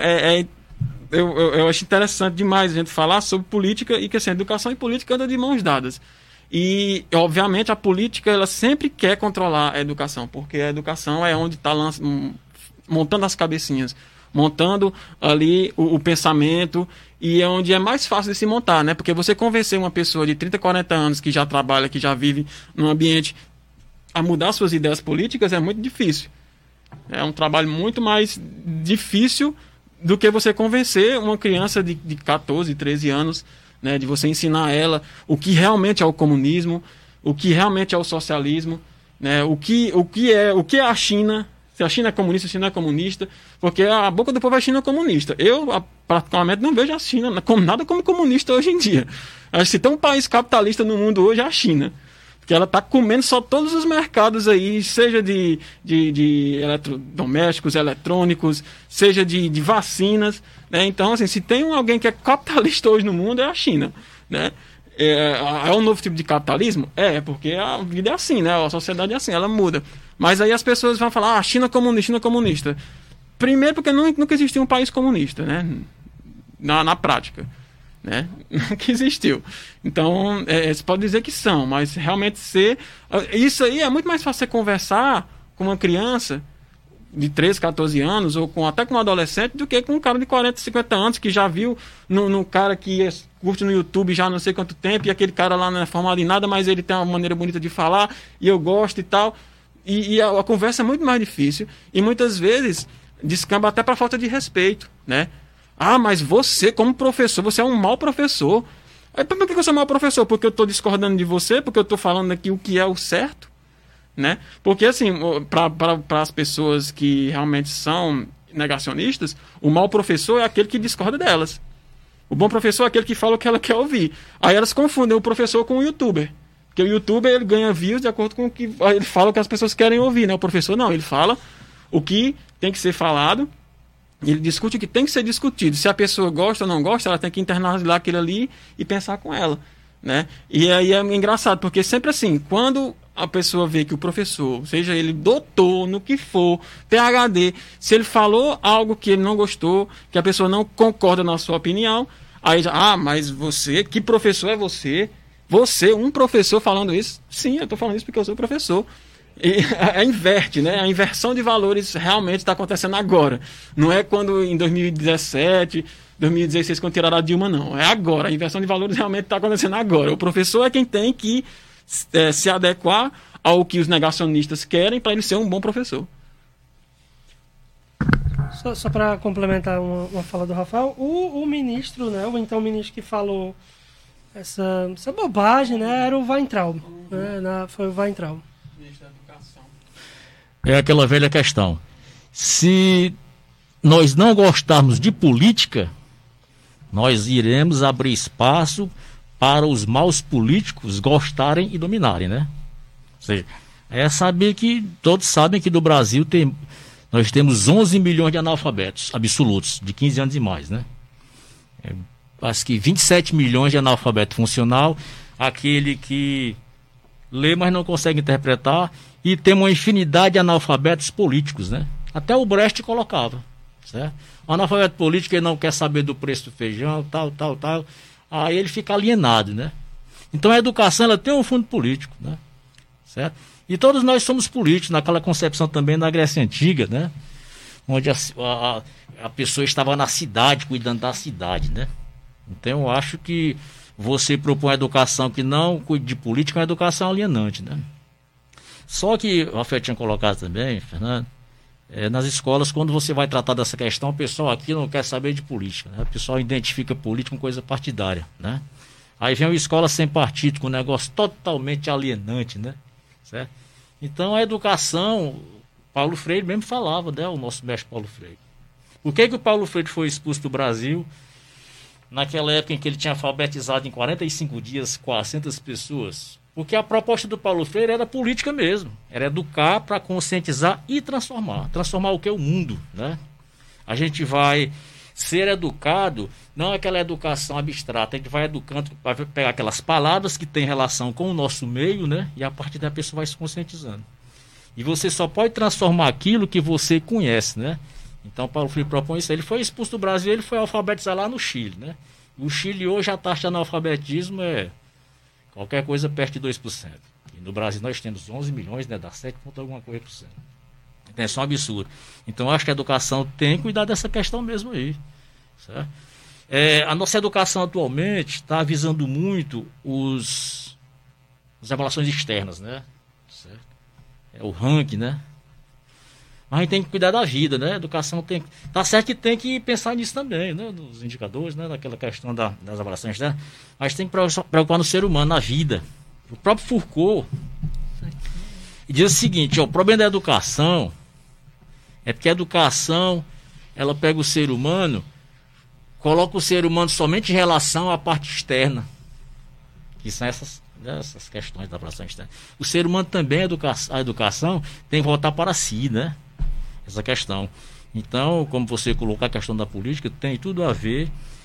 Speaker 4: eu acho interessante demais a gente falar sobre política e que assim, educação e política andam de mãos dadas. E, obviamente, a política ela sempre quer controlar a educação, porque a educação é onde está montando as cabecinhas, montando ali o pensamento, e é onde é mais fácil de se montar, né? Porque você convencer uma pessoa de 30, 40 anos que já trabalha, que já vive num ambiente a mudar suas ideias políticas é muito difícil. É um trabalho muito mais difícil do que você convencer uma criança de 14, 13 anos, né? De você ensinar ela o que realmente é o comunismo, o que realmente é o socialismo, né? O que é a China. Se a China é comunista, se não é comunista, porque a boca do povo é a China comunista. Eu, particularmente, não vejo a China como nada como comunista hoje em dia. Se tem um país capitalista no mundo hoje, é a China. Porque ela está comendo só todos os mercados aí, seja de eletrodomésticos, eletrônicos, seja de vacinas, né? Então, assim, se tem alguém que é capitalista hoje no mundo, é a China, né? É um novo tipo de capitalismo? Porque a vida é assim, né? A sociedade é assim, ela muda. Mas aí as pessoas vão falar, China comunista. Primeiro porque nunca existiu um país comunista, né? Na prática, né? Nunca existiu. Então, você pode dizer que são, mas realmente isso aí é muito mais fácil você conversar com uma criança de 13, 14 anos, ou até com um adolescente, do que com um cara de 40, 50 anos, que já viu no cara que curte no YouTube já não sei quanto tempo, e aquele cara lá não é formado em nada, mas ele tem uma maneira bonita de falar, e eu gosto e tal. E a conversa é muito mais difícil, e muitas vezes descamba até para falta de respeito, né? Mas você, como professor, você é um mau professor. Por que eu sou um mau professor? Porque eu estou discordando de você, porque eu estou falando aqui o que é o certo, né? Porque, assim, para as pessoas que realmente são negacionistas, o mau professor é aquele que discorda delas. O bom professor é aquele que fala o que ela quer ouvir. Aí elas confundem o professor com o youtuber. Porque o youtuber, ele ganha views de acordo com o que ele fala, o que as pessoas querem ouvir, né? O professor não, ele fala o que tem que ser falado, ele discute o que tem que ser discutido. Se a pessoa gosta ou não gosta, ela tem que internalizar aquilo ali e pensar com ela, né? E aí é engraçado, porque sempre assim, quando a pessoa vê que o professor, seja ele doutor, no que for, PhD, se ele falou algo que ele não gostou, que a pessoa não concorda na sua opinião, aí já, mas você, que professor é você? Você, um professor falando isso? Sim, eu estou falando isso porque eu sou professor. inverte, né? A inversão de valores realmente está acontecendo agora. Não é quando em 2017, 2016, quando tiraram a Dilma, não. É agora. A inversão de valores realmente está acontecendo agora. O professor é quem tem que se adequar ao que os negacionistas querem para ele ser um bom professor.
Speaker 1: Só para complementar uma fala do Rafael, o ministro, né, o então ministro que falou essa bobagem, né, era o Weintraub. Né, foi o Weintraub.
Speaker 3: É aquela velha questão. Se nós não gostarmos de política, nós iremos abrir espaço para os maus políticos gostarem e dominarem, né? Ou seja, é saber que todos sabem que do Brasil nós temos 11 milhões de analfabetos absolutos, de 15 anos e mais, né? Acho que 27 milhões de analfabeto funcional, aquele que lê, mas não consegue interpretar, e tem uma infinidade de analfabetos políticos, né? Até o Brecht colocava, certo? O analfabeto político, ele não quer saber do preço do feijão, tal, aí ele fica alienado, né? Então a educação, ela tem um fundo político, né? Certo? E todos nós somos políticos, naquela concepção também da Grécia Antiga, né? Onde a pessoa estava na cidade, cuidando da cidade, né? Então eu acho que você propõe uma educação que não cuide de política, é uma educação alienante, né? Só que, o Rafael tinha colocado também, Fernando, nas escolas, quando você vai tratar dessa questão, o pessoal aqui não quer saber de política, né? O pessoal identifica política com coisa partidária, né? Aí vem uma escola sem partido, com um negócio totalmente alienante, né? Certo? Então a educação, Paulo Freire mesmo falava, né? O nosso mestre Paulo Freire. Por que o Paulo Freire foi expulso do Brasil naquela época em que ele tinha alfabetizado em 45 dias 400 pessoas? Porque a proposta do Paulo Freire era política mesmo. Era educar para conscientizar e transformar. Transformar o que? O mundo, né? A gente vai ser educado, não é aquela educação abstrata. A gente vai educando para pegar aquelas palavras que têm relação com o nosso meio, né? E a partir daí a pessoa vai se conscientizando. E você só pode transformar aquilo que você conhece, né? Então Paulo Freire propõe isso. Ele foi expulso do Brasil, ele foi alfabetizar lá no Chile, né? O Chile hoje, a taxa de analfabetismo é qualquer coisa perto de 2%. E no Brasil nós temos 11 milhões, né? Dá 7 ponto alguma coisa por cento. Então é um absurdo. Então eu acho que a educação tem que cuidar dessa questão mesmo aí. Certo? A nossa educação atualmente está visando muito as avaliações externas, né? Certo? É o ranking, né? Mas a gente tem que cuidar da vida, né? A educação tem... Tá certo que tem que pensar nisso também, né? Nos indicadores, né? Naquela questão das avaliações, né? Mas tem que preocupar no ser humano, na vida. O próprio Foucault diz o seguinte, ó, o problema da educação é porque a educação, ela pega o ser humano, coloca o ser humano somente em relação à parte externa. Que são essas questões da avaliação externa. O ser humano também, a educação, tem que voltar para si, né? Essa questão. Então, como você colocou a questão da política, tem tudo a ver.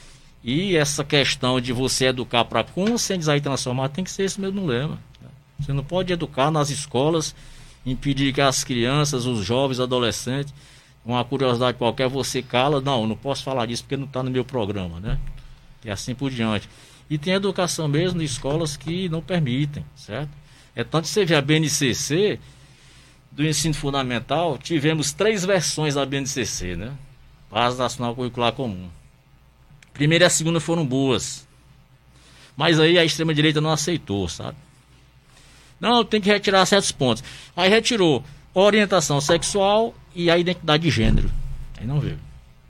Speaker 3: E essa questão de você educar para conscientizar e transformar tem que ser esse mesmo lema. Você não pode educar nas escolas, impedir que as crianças, os jovens, adolescentes, uma curiosidade qualquer, você cala. Não posso falar disso porque não está no meu programa, né? E assim por diante. E tem educação mesmo em escolas que não permitem, certo? É tanto que você vê a BNCC, do ensino fundamental, tivemos 3 versões da BNCC, né? Base Nacional Curricular Comum. A primeira e a segunda foram boas. Mas aí a extrema-direita não aceitou, sabe? Não, tem que retirar certos pontos. Aí retirou orientação sexual e a identidade de gênero. Aí não veio.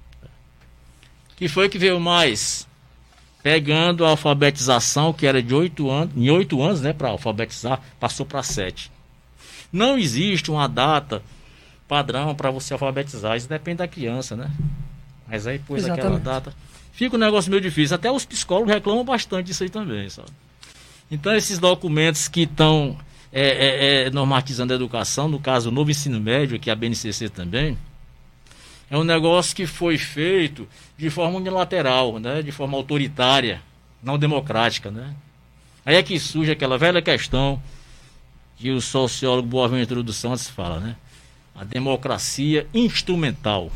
Speaker 3: Que foi que veio mais? Pegando a alfabetização, que era de 8 anos, em 8 anos, né, para alfabetizar, passou para 7. Não existe uma data padrão para você alfabetizar, isso depende da criança, né? Mas aí pôs aquela data. Fica um negócio meio difícil, até os psicólogos reclamam bastante disso aí também, sabe? Então esses documentos que estão normatizando a educação, no caso o novo ensino médio, que é a BNCC também, é um negócio que foi feito de forma unilateral, né? De forma autoritária, não democrática, né? Aí é que surge aquela velha questão que o sociólogo Boaventura dos Santos fala, né? A democracia instrumental.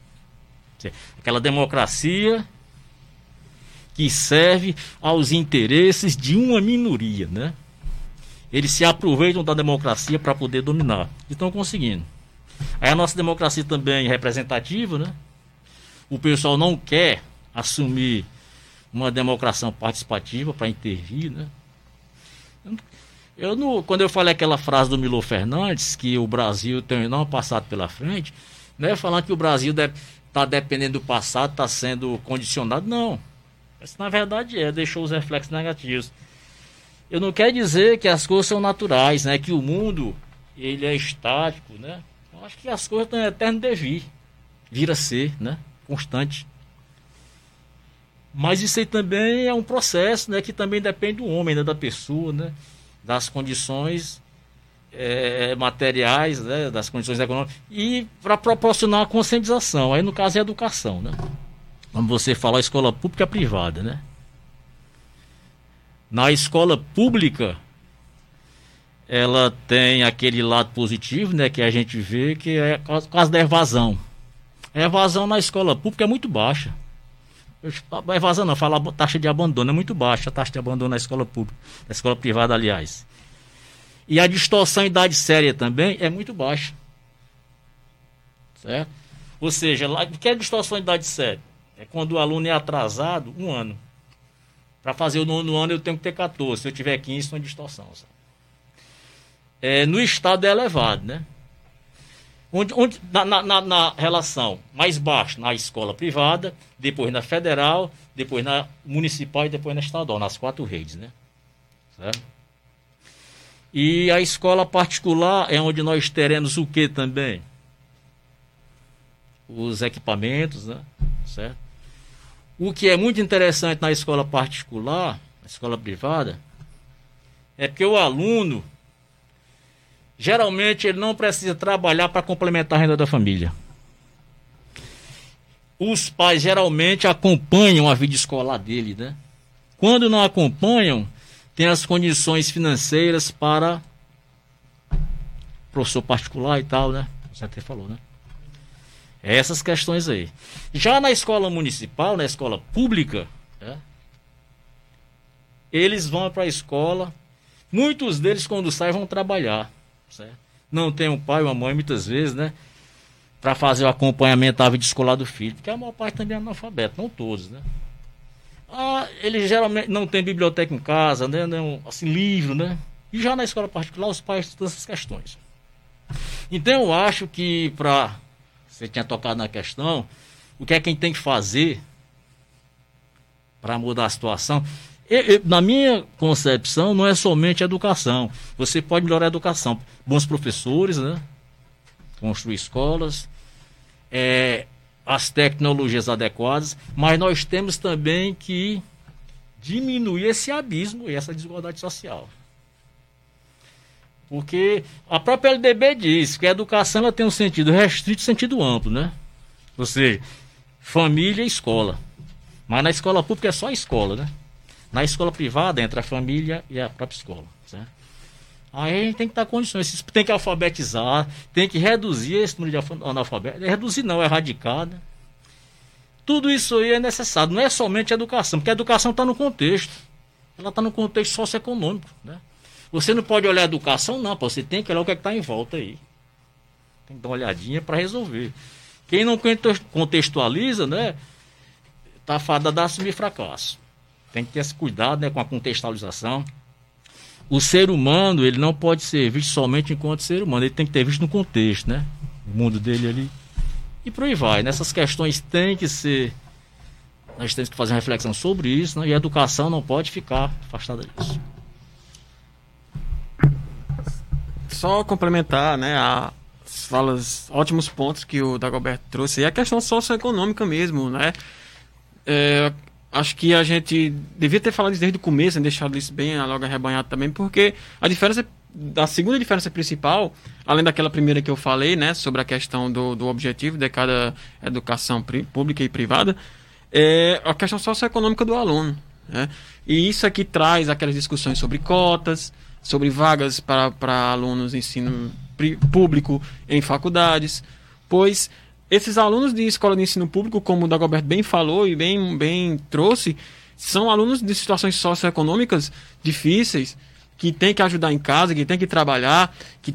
Speaker 3: Aquela democracia que serve aos interesses de uma minoria, né? eles se aproveitam da democracia para poder dominar. E estão conseguindo. Aí a nossa democracia também é representativa, né? O pessoal não quer assumir uma democracia participativa para intervir, né? Quando eu falei aquela frase do Milor Fernandes, que o Brasil tem um enorme passado pela frente, não é falando que o Brasil está dependendo do passado, está sendo condicionado, não. Isso na verdade deixou os reflexos negativos. Eu não quero dizer que as coisas são naturais, né? Que o mundo ele é estático, né? Eu acho que as coisas estão em eterno devir, vir a ser, né? Constante. Mas isso aí também é um processo, né? Que também depende do homem, né? Da pessoa, né? Das condições materiais, né? Das condições econômicas, e para proporcionar a conscientização. Aí no caso é a educação, né? Como você fala, a escola pública e privada, né? Na escola pública, ela tem aquele lado positivo, né? Que a gente vê que é por causa da evasão. A evasão na escola pública é muito baixa. A evasão não, fala a taxa de abandono é muito baixa, a taxa de abandono na escola pública, na escola privada, aliás. E a distorção em idade séria também é muito baixa. Certo? Ou seja, o que é distorção em idade séria? É quando o aluno é atrasado 1 ano. Para fazer o 9º ano eu tenho que ter 14. Se eu tiver 15, isso é uma distorção. No estado é elevado, né? Onde na relação mais baixa, na escola privada, depois na federal, depois na municipal e depois na estadual, nas 4 redes, né? Certo? E a escola particular é onde nós teremos o que também? Os equipamentos, né? Certo? O que é muito interessante na escola particular, na escola privada, é porque o aluno, geralmente, ele não precisa trabalhar para complementar a renda da família. Os pais, geralmente, acompanham a vida escolar dele, né? Quando não acompanham, tem as condições financeiras para professor particular e tal, né? Você até falou, né? Essas questões aí. Já na escola municipal, na escola pública, né? Eles vão para a escola, muitos deles, quando saem, vão trabalhar. Certo? Não tem um pai ou uma mãe, muitas vezes, né? Para fazer o acompanhamento da vida escolar do filho. Porque a maior parte também é analfabeto, não todos, né? Eles geralmente não tem biblioteca em casa, né? Não, assim, livro, né? E já na escola particular, os pais estudam essas questões. Então, eu acho que você tinha tocado na questão, o que é que a gente tem que fazer para mudar a situação? Na minha concepção, não é somente a educação. Você pode melhorar a educação. Bons professores, né? Construir escolas, as tecnologias adequadas, mas nós temos também que diminuir esse abismo e essa desigualdade social. Porque a própria LDB diz que a educação ela tem um sentido restrito e sentido amplo, né? Ou seja, família e escola. Mas na escola pública é só a escola, né? Na escola privada entra a família e a própria escola, certo? Aí a gente tem que dar condições, tem que alfabetizar, tem que reduzir esse número de analfabetos. Reduzir não, erradicar, né? Tudo isso aí é necessário, não é somente a educação, porque a educação está no contexto. Ela está no contexto socioeconômico, né? Você não pode olhar a educação, não, você tem que olhar o que está em volta aí. Tem que dar uma olhadinha para resolver. Quem não contextualiza, né, está fadado a assumir fracasso. Tem que ter esse cuidado, né, com a contextualização. O ser humano, ele não pode ser visto somente enquanto ser humano, ele tem que ter visto no contexto, né? O mundo dele ali. E por aí vai. Nessas questões tem que ser... Nós temos que fazer uma reflexão sobre isso, né? E a educação não pode ficar afastada disso.
Speaker 4: Só complementar, né, as falas, ótimos pontos que o Dagoberto trouxe, e a questão socioeconômica mesmo, né? Acho que a gente devia ter falado isso desde o começo, deixado isso bem logo arrebanhado também, porque a segunda diferença principal, além daquela primeira que eu falei, né, sobre a questão do objetivo de cada educação pública e privada, é a questão socioeconômica do aluno, né? E isso aqui traz aquelas discussões sobre cotas, sobre vagas para alunos de ensino público em faculdades, pois esses alunos de escola de ensino público, como o Dagoberto bem falou e bem trouxe, são alunos de situações socioeconômicas difíceis, que tem que ajudar em casa, que tem que trabalhar,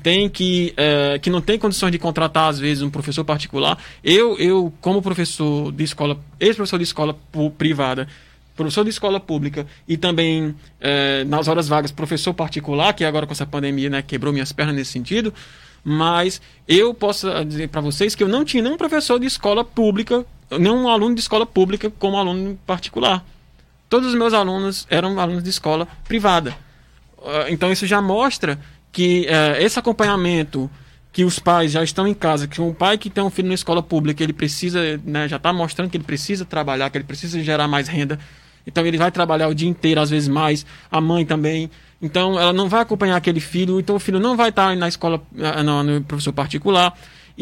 Speaker 4: que não tem condições de contratar, às vezes, um professor particular. Eu como professor de escola, ex-professor de escola privada, professor de escola pública e também, nas horas vagas, professor particular, que agora com essa pandemia, né, quebrou minhas pernas nesse sentido, mas eu posso dizer para vocês que eu não tinha nenhum professor de escola pública, nenhum aluno de escola pública como aluno particular. Todos os meus alunos eram alunos de escola privada. Então isso já mostra que esse acompanhamento que os pais já estão em casa, que um pai que tem um filho na escola pública, ele precisa, né, já está mostrando que ele precisa trabalhar, que ele precisa gerar mais renda. Então ele vai trabalhar o dia inteiro, às vezes mais, a mãe também. Então ela não vai acompanhar aquele filho, então o filho não vai estar na escola, no professor particular.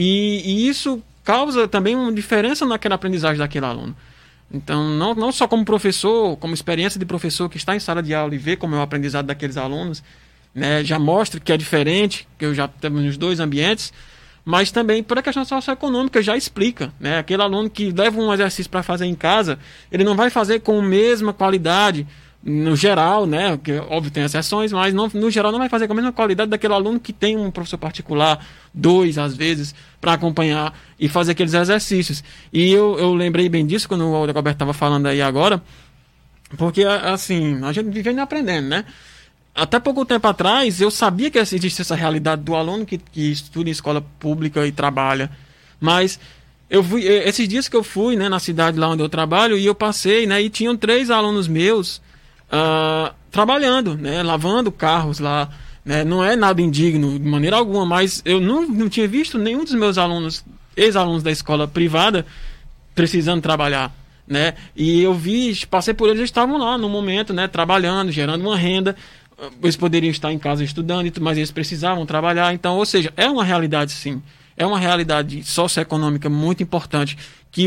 Speaker 4: E isso causa também uma diferença naquela aprendizagem daquele aluno. Então, não só como professor, como experiência de professor que está em sala de aula e vê como é o aprendizado daqueles alunos, né, já mostra que é diferente, que eu já tenho nos dois ambientes, mas também por a questão socioeconômica já explica, né? Aquele aluno que leva um exercício para fazer em casa, ele não vai fazer com a mesma qualidade, no geral, né? Porque, óbvio, tem exceções, mas no geral não vai fazer com a mesma qualidade daquele aluno que tem um professor particular, 2 às vezes, para acompanhar e fazer aqueles exercícios. E eu lembrei bem disso quando o Roberto estava falando aí agora, porque, assim, a gente vivendo e aprendendo, né? Até pouco tempo atrás, eu sabia que existia essa realidade do aluno que estuda em escola pública e trabalha, mas esses dias que eu fui, né, na cidade lá onde eu trabalho, e eu passei, né, e tinham 3 alunos meus trabalhando, né, lavando carros lá, né, não é nada indigno de maneira alguma, mas eu não tinha visto nenhum dos meus alunos, ex-alunos da escola privada, precisando trabalhar, né, e eu passei por eles estavam lá no momento, né, trabalhando, gerando uma renda. Eles poderiam estar em casa estudando, mas eles precisavam trabalhar. Então, ou seja, é uma realidade sim, é uma realidade socioeconômica muito importante, que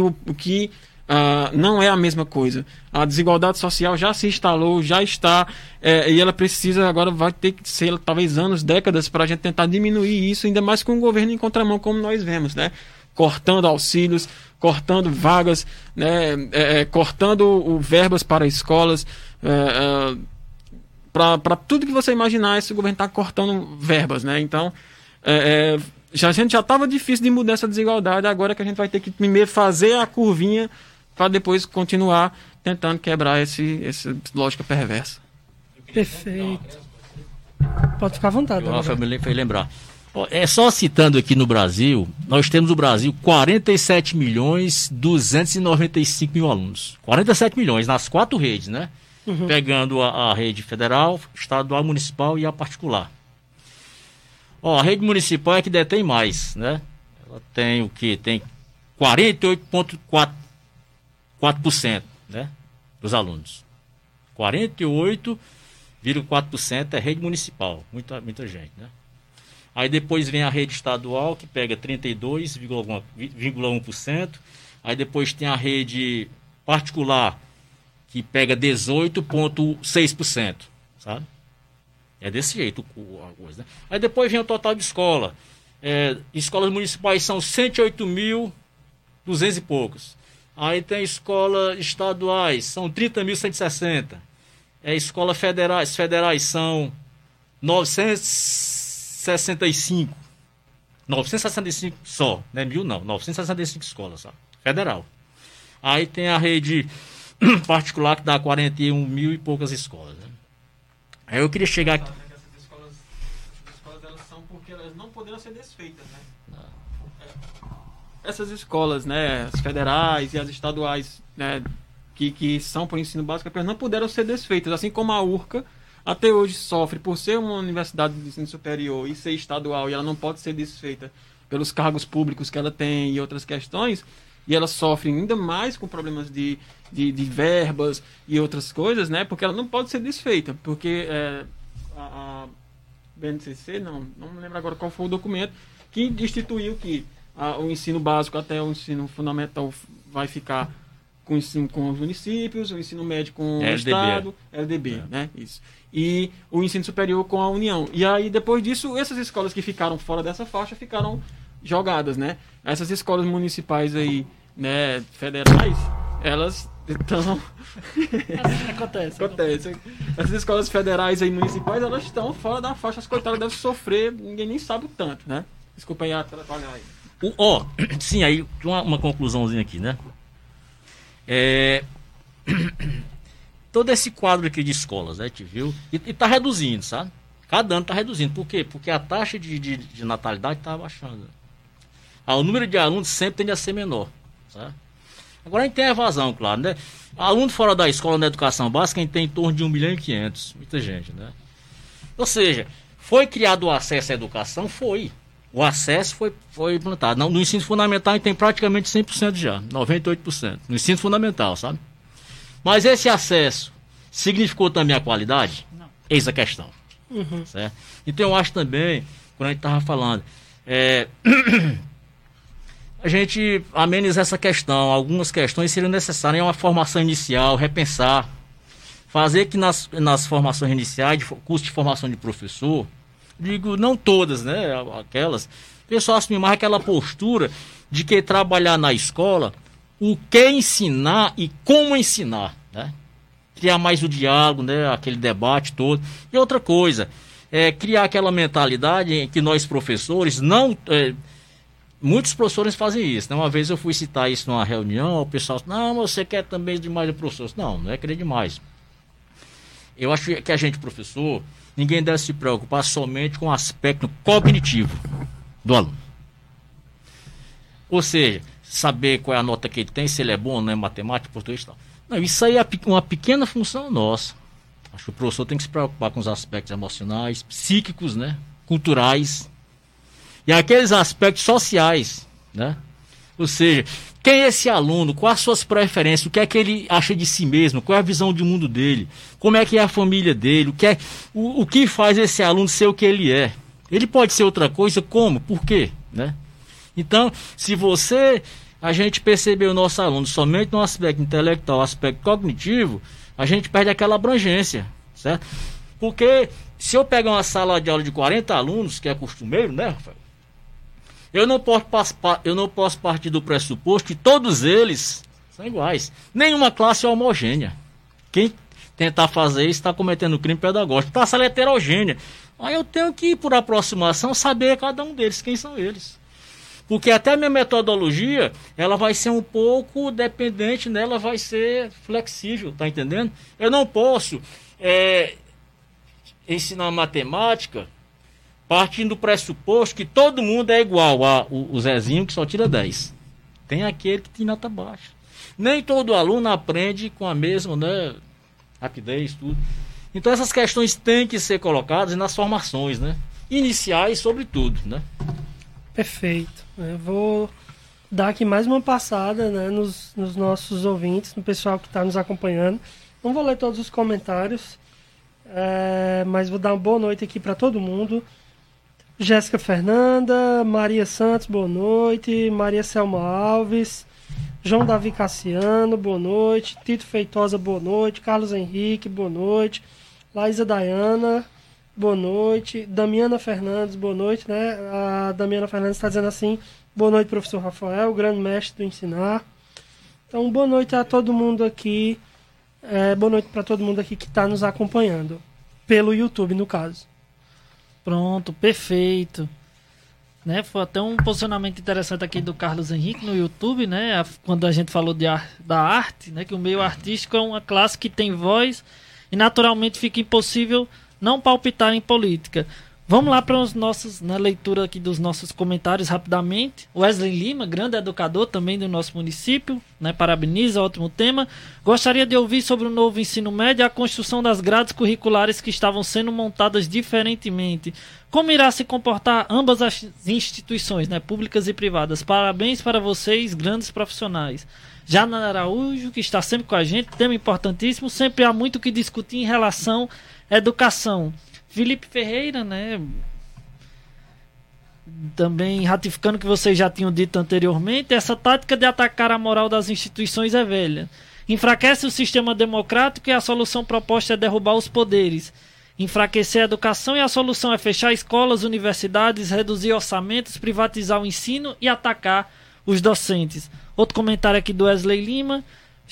Speaker 4: não é a mesma coisa. A desigualdade social já se instalou, já está, e ela precisa, agora vai ter que ser talvez anos, décadas, para a gente tentar diminuir isso, ainda mais com o governo em contramão, como nós vemos, né? Cortando auxílios, cortando vagas, né? Cortando verbas para escolas, para tudo que você imaginar, esse governo está cortando verbas, né? Então, a gente já estava difícil de mudar essa desigualdade, agora que a gente vai ter que primeiro fazer a curvinha para depois continuar tentando quebrar essa lógica perversa.
Speaker 1: Perfeito. Pode ficar à vontade.
Speaker 3: A família fez lembrar. Só citando aqui no Brasil, nós temos no Brasil 47.295.000 alunos. 47 milhões nas 4 redes, né? Uhum. Pegando a rede federal, estadual, municipal e a particular. A rede municipal é que detém mais, né? Ela tem o quê? Tem 48,4%, né? Dos alunos. 48,4% é rede municipal. Muita gente, né? Aí depois vem a rede estadual, que pega 32,1%. Aí depois tem a rede particular, que pega 18,6%, sabe? É desse jeito a coisa, né? Aí depois vem o total de escola. Escolas municipais são 108.200 e poucos. Aí tem escolas estaduais, são 30.160. Escolas federais são 965. 965 só, não é 1.000 não, 965 escolas só, federal. Aí tem a rede particular que dá 41 mil e poucas escolas, né? Aí eu queria chegar aqui.
Speaker 4: Essas escolas elas são porque elas não poderão ser desfeitas, né? Essas escolas, né, as federais e as estaduais, né, que são por ensino básico, elas não puderam ser desfeitas, assim como a URCA até hoje sofre por ser uma universidade de ensino superior e ser estadual, e ela não pode ser desfeita pelos cargos públicos que ela tem e outras questões. E ela sofre ainda mais com problemas de verbas e outras coisas, né? Porque ela não pode ser desfeita. Porque a BNCC, não me lembro agora qual foi o documento, que instituiu que o ensino básico até o ensino fundamental vai ficar com os municípios, o ensino médio com o Estado, LDB, né? Isso. E o ensino superior com a União. E aí, depois disso, essas escolas que ficaram fora dessa faixa ficaram jogadas, né? Essas escolas municipais aí, né, federais, elas Então, acontece. Essas escolas federais e municipais, elas estão fora da faixa, as coitadas devem sofrer, ninguém nem sabe o tanto, né? Desculpa aí atrapalhar aí.
Speaker 3: Sim, aí uma conclusãozinha aqui, né? Todo esse quadro aqui de escolas, né, a gente viu, e tá reduzindo, sabe? Cada ano tá reduzindo. Por quê? Porque a taxa de natalidade tá baixando. O número de alunos sempre tende a ser menor, sabe? Agora a gente tem a evasão, claro, né? Aluno fora da escola na educação básica, a gente tem em torno de 1.500.000, muita gente, né? Ou seja, foi criado o acesso à educação? Foi. O acesso foi implantado. No ensino fundamental a gente tem praticamente 100% já, 98%. No ensino fundamental, sabe? Mas esse acesso significou também a qualidade? Não. Eis a questão.
Speaker 1: Uhum.
Speaker 3: Certo? Então eu acho também, quando a gente estava falando, a gente amenizar essa questão. Algumas questões seriam necessárias, uma formação inicial, repensar, fazer que nas formações iniciais, curso de formação de professor, digo, não todas, né, aquelas, o pessoal assumir mais aquela postura de que trabalhar na escola, o que ensinar e como ensinar, né? Criar mais o diálogo, né, aquele debate todo. E outra coisa, criar aquela mentalidade em que nós professores não... muitos professores fazem isso, né? Uma vez eu fui citar isso numa reunião, o pessoal disse, não, você quer também demais do professor. Não é querer demais. Eu acho que a gente, professor, ninguém deve se preocupar somente com o aspecto cognitivo do aluno. Ou seja, saber qual é a nota que ele tem, se ele é bom ou não é matemática, português e tal. Não, isso aí é uma pequena função nossa. Acho que o professor tem que se preocupar com os aspectos emocionais, psíquicos, né? Culturais e aqueles aspectos sociais, né? Ou seja, quem é esse aluno, quais as suas preferências, o que é que ele acha de si mesmo, qual é a visão de mundo dele, como é que é a família dele, o que faz esse aluno ser o que ele é. Ele pode ser outra coisa, como? Por quê? Né? Então, se a gente perceber o nosso aluno somente no aspecto intelectual, aspecto cognitivo, a gente perde aquela abrangência, certo? Porque se eu pegar uma sala de aula de 40 alunos, que é costumeiro, né, Rafael? Eu não posso partir do pressuposto que todos eles são iguais. Nenhuma classe é homogênea. Quem tentar fazer isso está cometendo crime pedagógico. Então a sala é heterogênea. Aí eu tenho que, por aproximação, saber cada um deles, quem são eles. Porque até a minha metodologia, ela vai ser um pouco dependente, né? Ela vai ser flexível, tá entendendo? Eu não posso ensinar matemática partindo do pressuposto que todo mundo é igual o Zezinho que só tira 10. Tem aquele que tem nota baixa. Nem todo aluno aprende com a mesma, né, rapidez, tudo. Então essas questões têm que ser colocadas nas formações, né? Iniciais, sobretudo, né?
Speaker 1: Perfeito. Eu vou dar aqui mais uma passada, né, nos nossos ouvintes, no pessoal que está nos acompanhando. Não vou ler todos os comentários, mas vou dar uma boa noite aqui para todo mundo. Jéssica Fernanda, Maria Santos, boa noite. Maria Selma Alves, João Davi Cassiano, boa noite. Tito Feitosa, boa noite. Carlos Henrique, boa noite. Laísa Dayana, boa noite. Damiana Fernandes, boa noite, né? A Damiana Fernandes está dizendo assim, boa noite, professor Rafael, grande mestre do ensinar. Então, boa noite a todo mundo aqui. Boa noite para todo mundo aqui que está nos acompanhando. Pelo YouTube, no caso.
Speaker 2: Pronto, perfeito. Né, foi até um posicionamento interessante aqui do Carlos Henrique no YouTube, né? Quando a gente falou da arte, né? Que o meio artístico é uma classe que tem voz e naturalmente fica impossível não palpitar em política. Vamos lá para os nossos, na leitura aqui dos nossos comentários rapidamente. Wesley Lima, grande educador também do nosso município, né? Parabeniza, ótimo tema. Gostaria de ouvir sobre o novo ensino médio e a construção das grades curriculares que estavam sendo montadas diferentemente. Como irá se comportar ambas as instituições, né? Públicas e privadas? Parabéns para vocês, grandes profissionais. Jana Araújo, que está sempre com a gente, tema importantíssimo. Sempre há muito o que discutir em relação à educação. Felipe Ferreira, né? Também ratificando o que vocês já tinham dito anteriormente, essa tática de atacar a moral das instituições é velha. Enfraquece o sistema democrático e a solução proposta é derrubar os poderes. Enfraquecer a educação e a solução é fechar escolas, universidades, reduzir orçamentos, privatizar o ensino e atacar os docentes. Outro comentário aqui do Wesley Lima.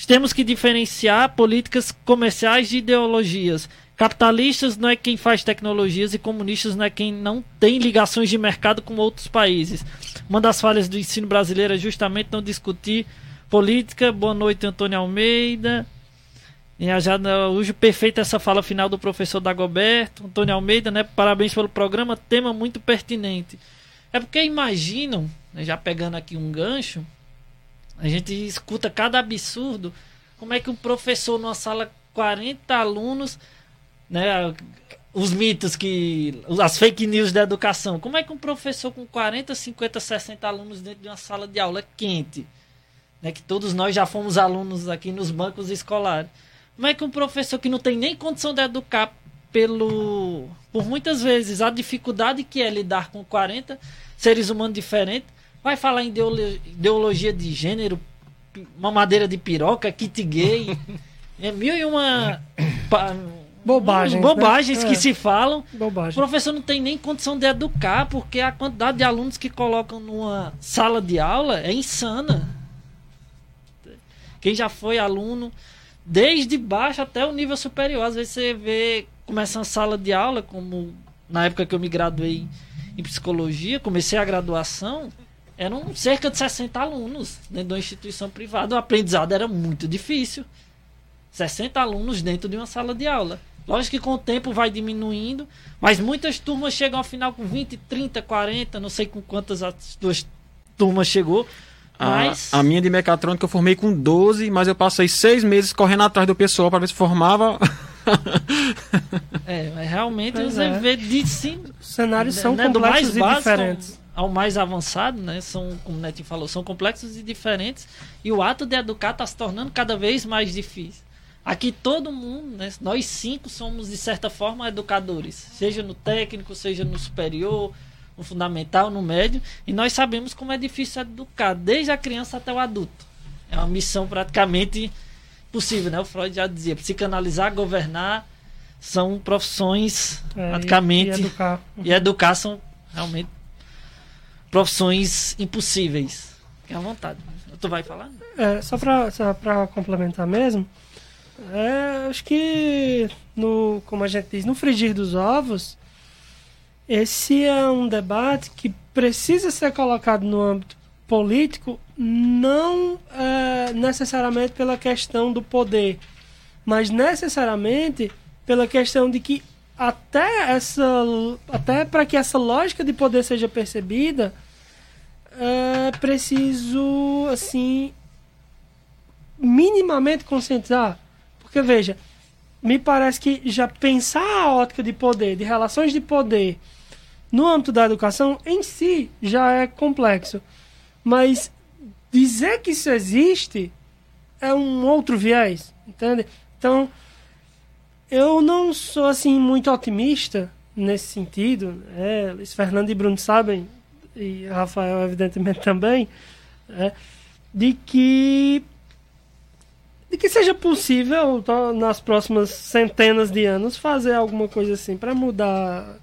Speaker 2: Temos que diferenciar políticas comerciais de ideologias. Capitalistas não é quem faz tecnologias e comunistas não é quem não tem ligações de mercado com outros países. Uma das falhas do ensino brasileiro é justamente não discutir política. Boa noite, Antônio Almeida. E a Jada Araújo, perfeita essa fala final do professor Dagoberto. Antônio Almeida, né? Parabéns pelo programa, tema muito pertinente. É porque imaginam, né, já pegando aqui um gancho, a gente escuta cada absurdo. Como é que um professor numa sala 40 alunos, né, os mitos as fake news da educação, como é que um professor com 40, 50, 60 alunos dentro de uma sala de aula quente, né, que todos nós já fomos alunos aqui nos bancos escolares, como é que um professor que não tem nem condição de educar por muitas vezes a dificuldade que é lidar com 40 seres humanos diferentes, vai falar em ideologia de gênero, mamadeira de piroca, kit gay, mil e uma bobagens, né? Que se falam.
Speaker 1: Bobagem.
Speaker 2: O professor não tem nem condição de educar, porque a quantidade de alunos que colocam numa sala de aula é insana. Quem já foi aluno, desde baixo até o nível superior, às vezes você vê, começa uma sala de aula, como na época que eu me graduei em psicologia, comecei a graduação, eram cerca de 60 alunos dentro de uma instituição privada. O aprendizado era muito difícil. 60 alunos dentro de uma sala de aula. Lógico que com o tempo vai diminuindo, mas muitas turmas chegam ao final com 20, 30, 40, não sei com quantas as duas turmas chegou. Mas...
Speaker 4: A minha de mecatrônica eu formei com 12, mas eu passei 6 meses correndo atrás do pessoal para ver se formava.
Speaker 2: Mas realmente você vê de sim.
Speaker 1: Os cenários são complexos e diferentes.
Speaker 2: Ao mais avançado, né? São, como o Netinho falou, são complexos e diferentes. E o ato de educar está se tornando cada vez mais difícil. Aqui todo mundo, né? Nós 5 somos de certa forma educadores, seja no técnico, seja no superior, no fundamental, no médio, e nós sabemos como é difícil educar, desde a criança até o adulto. É uma missão praticamente possível, né? O Freud já dizia, psicanalizar, governar são profissões praticamente, e educar são realmente profissões impossíveis. Fique à vontade. Tu vai falar?
Speaker 1: Só para complementar mesmo, acho que, como a gente diz, no frigir dos ovos, esse é um debate que precisa ser colocado no âmbito político, não necessariamente pela questão do poder, mas necessariamente pela questão de que até para que essa lógica de poder seja percebida, é preciso, assim, minimamente conscientizar. Porque, veja, me parece que já pensar a ótica de poder, de relações de poder, no âmbito da educação, em si, já é complexo. Mas dizer que isso existe é um outro viés, entende? Então, eu não sou, assim, muito otimista nesse sentido. Luiz Fernando e Bruno sabem, e Rafael, evidentemente, também, de que seja possível, nas próximas centenas de anos, fazer alguma coisa assim para mudar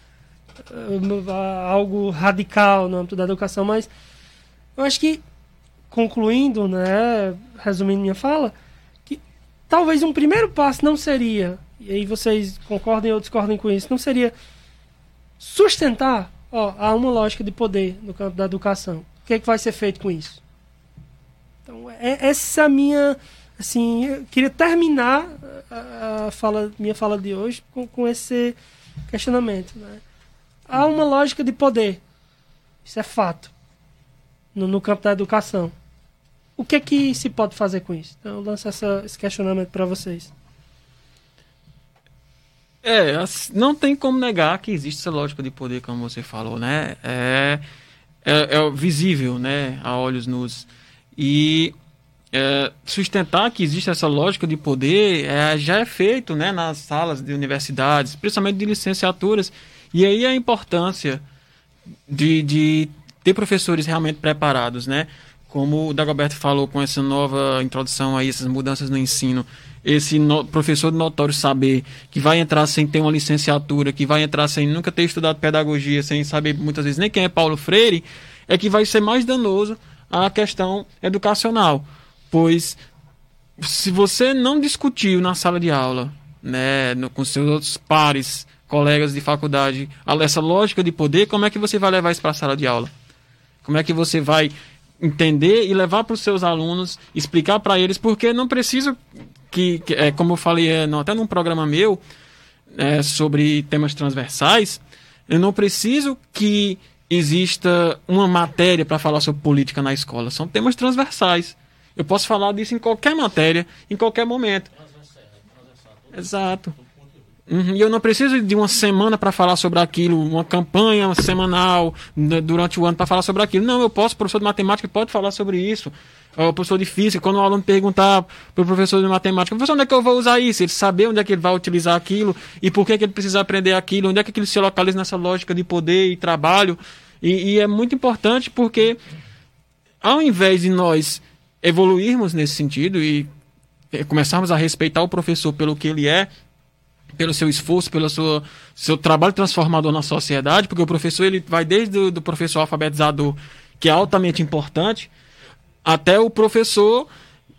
Speaker 1: algo radical no âmbito da educação. Mas eu acho que, concluindo, né, resumindo minha fala, que talvez um primeiro passo não seria, e aí vocês concordem ou discordem com isso, não seria sustentar há uma lógica de poder no campo da educação. O que é que vai ser feito com isso? Então, essa é a minha... Assim, eu queria terminar minha fala de hoje com esse questionamento, né? Há uma lógica de poder. Isso é fato. No campo da educação. O que é que se pode fazer com isso? Então, eu lanço esse questionamento para vocês.
Speaker 4: Não tem como negar que existe essa lógica de poder, como você falou, né? É visível, né, a olhos nus. E sustentar que existe essa lógica de poder já é feito, né, nas salas de universidades, principalmente de licenciaturas. E aí a importância de ter professores realmente preparados, né? Como o Dagoberto falou, com essa nova introdução aí, essas mudanças no ensino, esse professor de notório saber que vai entrar sem ter uma licenciatura, que vai entrar sem nunca ter estudado pedagogia, sem saber muitas vezes nem quem é Paulo Freire, é que vai ser mais danoso à questão educacional. Pois se você não discutiu na sala de aula, né, com seus outros pares, colegas de faculdade, essa lógica de poder, como é que você vai levar isso para a sala de aula? Como é que você vai entender e levar para os seus alunos, explicar para eles, porque não preciso como eu falei até num programa meu, sobre temas transversais, eu não preciso que exista uma matéria para falar sobre política na escola. São temas transversais. Eu posso falar disso em qualquer matéria, em qualquer momento. Exato. E eu não preciso de uma semana para falar sobre aquilo, uma campanha semanal durante o ano para falar sobre aquilo. Não, o professor de matemática pode falar sobre isso. O professor de física, quando o aluno perguntar para o professor de matemática, professor, onde é que eu vou usar isso? Ele saber onde é que ele vai utilizar aquilo e por que ele precisa aprender aquilo, onde é que ele se localiza nessa lógica de poder e trabalho. E é muito importante porque, ao invés de nós evoluirmos nesse sentido e começarmos a respeitar o professor pelo que ele é, pelo seu esforço, pelo seu trabalho transformador na sociedade, porque o professor ele vai desde o professor alfabetizador, que é altamente importante, até o professor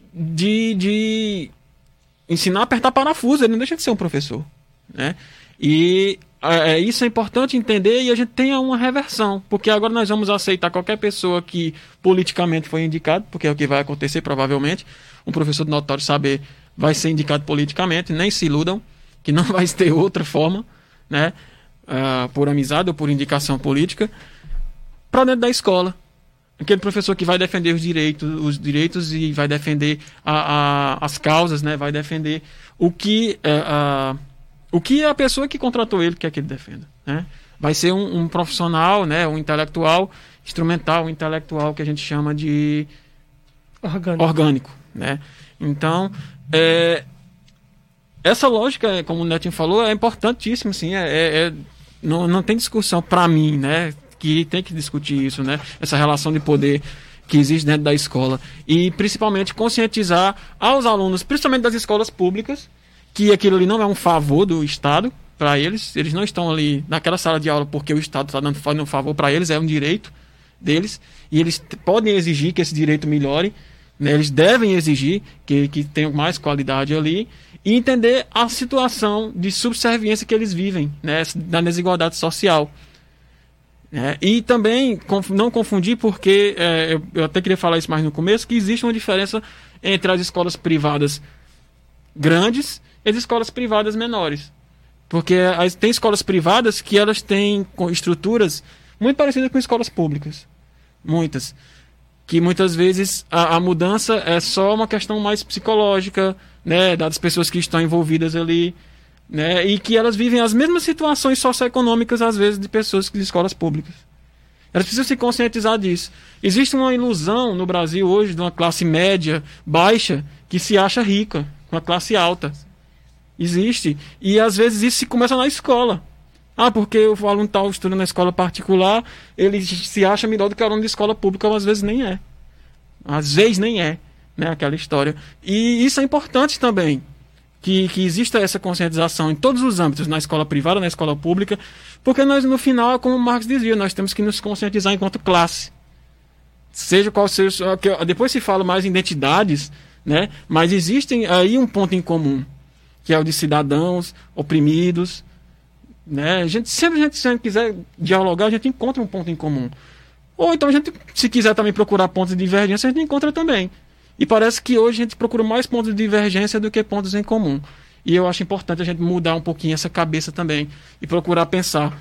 Speaker 4: de ensinar a apertar parafuso. Ele não deixa de ser um professor, né? E isso é importante entender, e a gente tem uma reversão, porque agora nós vamos aceitar qualquer pessoa que politicamente foi indicado, porque é o que vai acontecer provavelmente. Um professor de notório saber vai ser indicado politicamente, nem se iludam que não vai ter outra forma, né, por amizade ou por indicação política, para dentro da escola. Aquele professor que vai defender os direitos e vai defender as causas, né, vai defender o que a pessoa que contratou ele quer que ele defenda, né? Vai ser um profissional, né, um intelectual instrumental, um intelectual que a gente chama de orgânico, né? Então, essa lógica, como o Netinho falou, é importantíssima, assim, não tem discussão para mim, né, que tem que discutir isso, né, essa relação de poder que existe dentro da escola, e principalmente conscientizar aos alunos, principalmente das escolas públicas, que aquilo ali não é um favor do Estado para eles não estão ali naquela sala de aula porque o Estado está fazendo um favor para eles, é um direito deles, e eles podem exigir que esse direito melhore, né, eles devem exigir que tenham mais qualidade ali, e entender a situação de subserviência que eles vivem, né, da desigualdade social. E também não confundir, porque eu até queria falar isso mais no começo, que existe uma diferença entre as escolas privadas grandes e as escolas privadas menores. Porque tem escolas privadas que elas têm estruturas muito parecidas com escolas públicas. Muitas. Que muitas vezes a mudança é só uma questão mais psicológica, né, das pessoas que estão envolvidas ali, né, e que elas vivem as mesmas situações socioeconômicas, às vezes, de pessoas de escolas públicas. Elas precisam se conscientizar disso. Existe uma ilusão no Brasil hoje de uma classe média, baixa, que se acha rica, uma classe alta. Existe. E às vezes isso se começa na escola. Porque o aluno está estudando na escola particular, ele se acha melhor do que o aluno de escola pública, ou às vezes nem é. Às vezes nem é, né, aquela história. E isso é importante também, que exista essa conscientização em todos os âmbitos, na escola privada, na escola pública, porque nós, no final, como o Marx dizia, nós temos que nos conscientizar enquanto classe. Seja qual seja... Depois se fala mais em identidades, né, mas existem aí um ponto em comum, que é o de cidadãos oprimidos, né? Se a gente quiser dialogar, a gente encontra um ponto em comum. Ou então a gente, se quiser também procurar pontos de divergência, a gente encontra também. E parece que hoje a gente procura mais pontos de divergência do que pontos em comum. E eu acho importante a gente mudar um pouquinho essa cabeça também e procurar pensar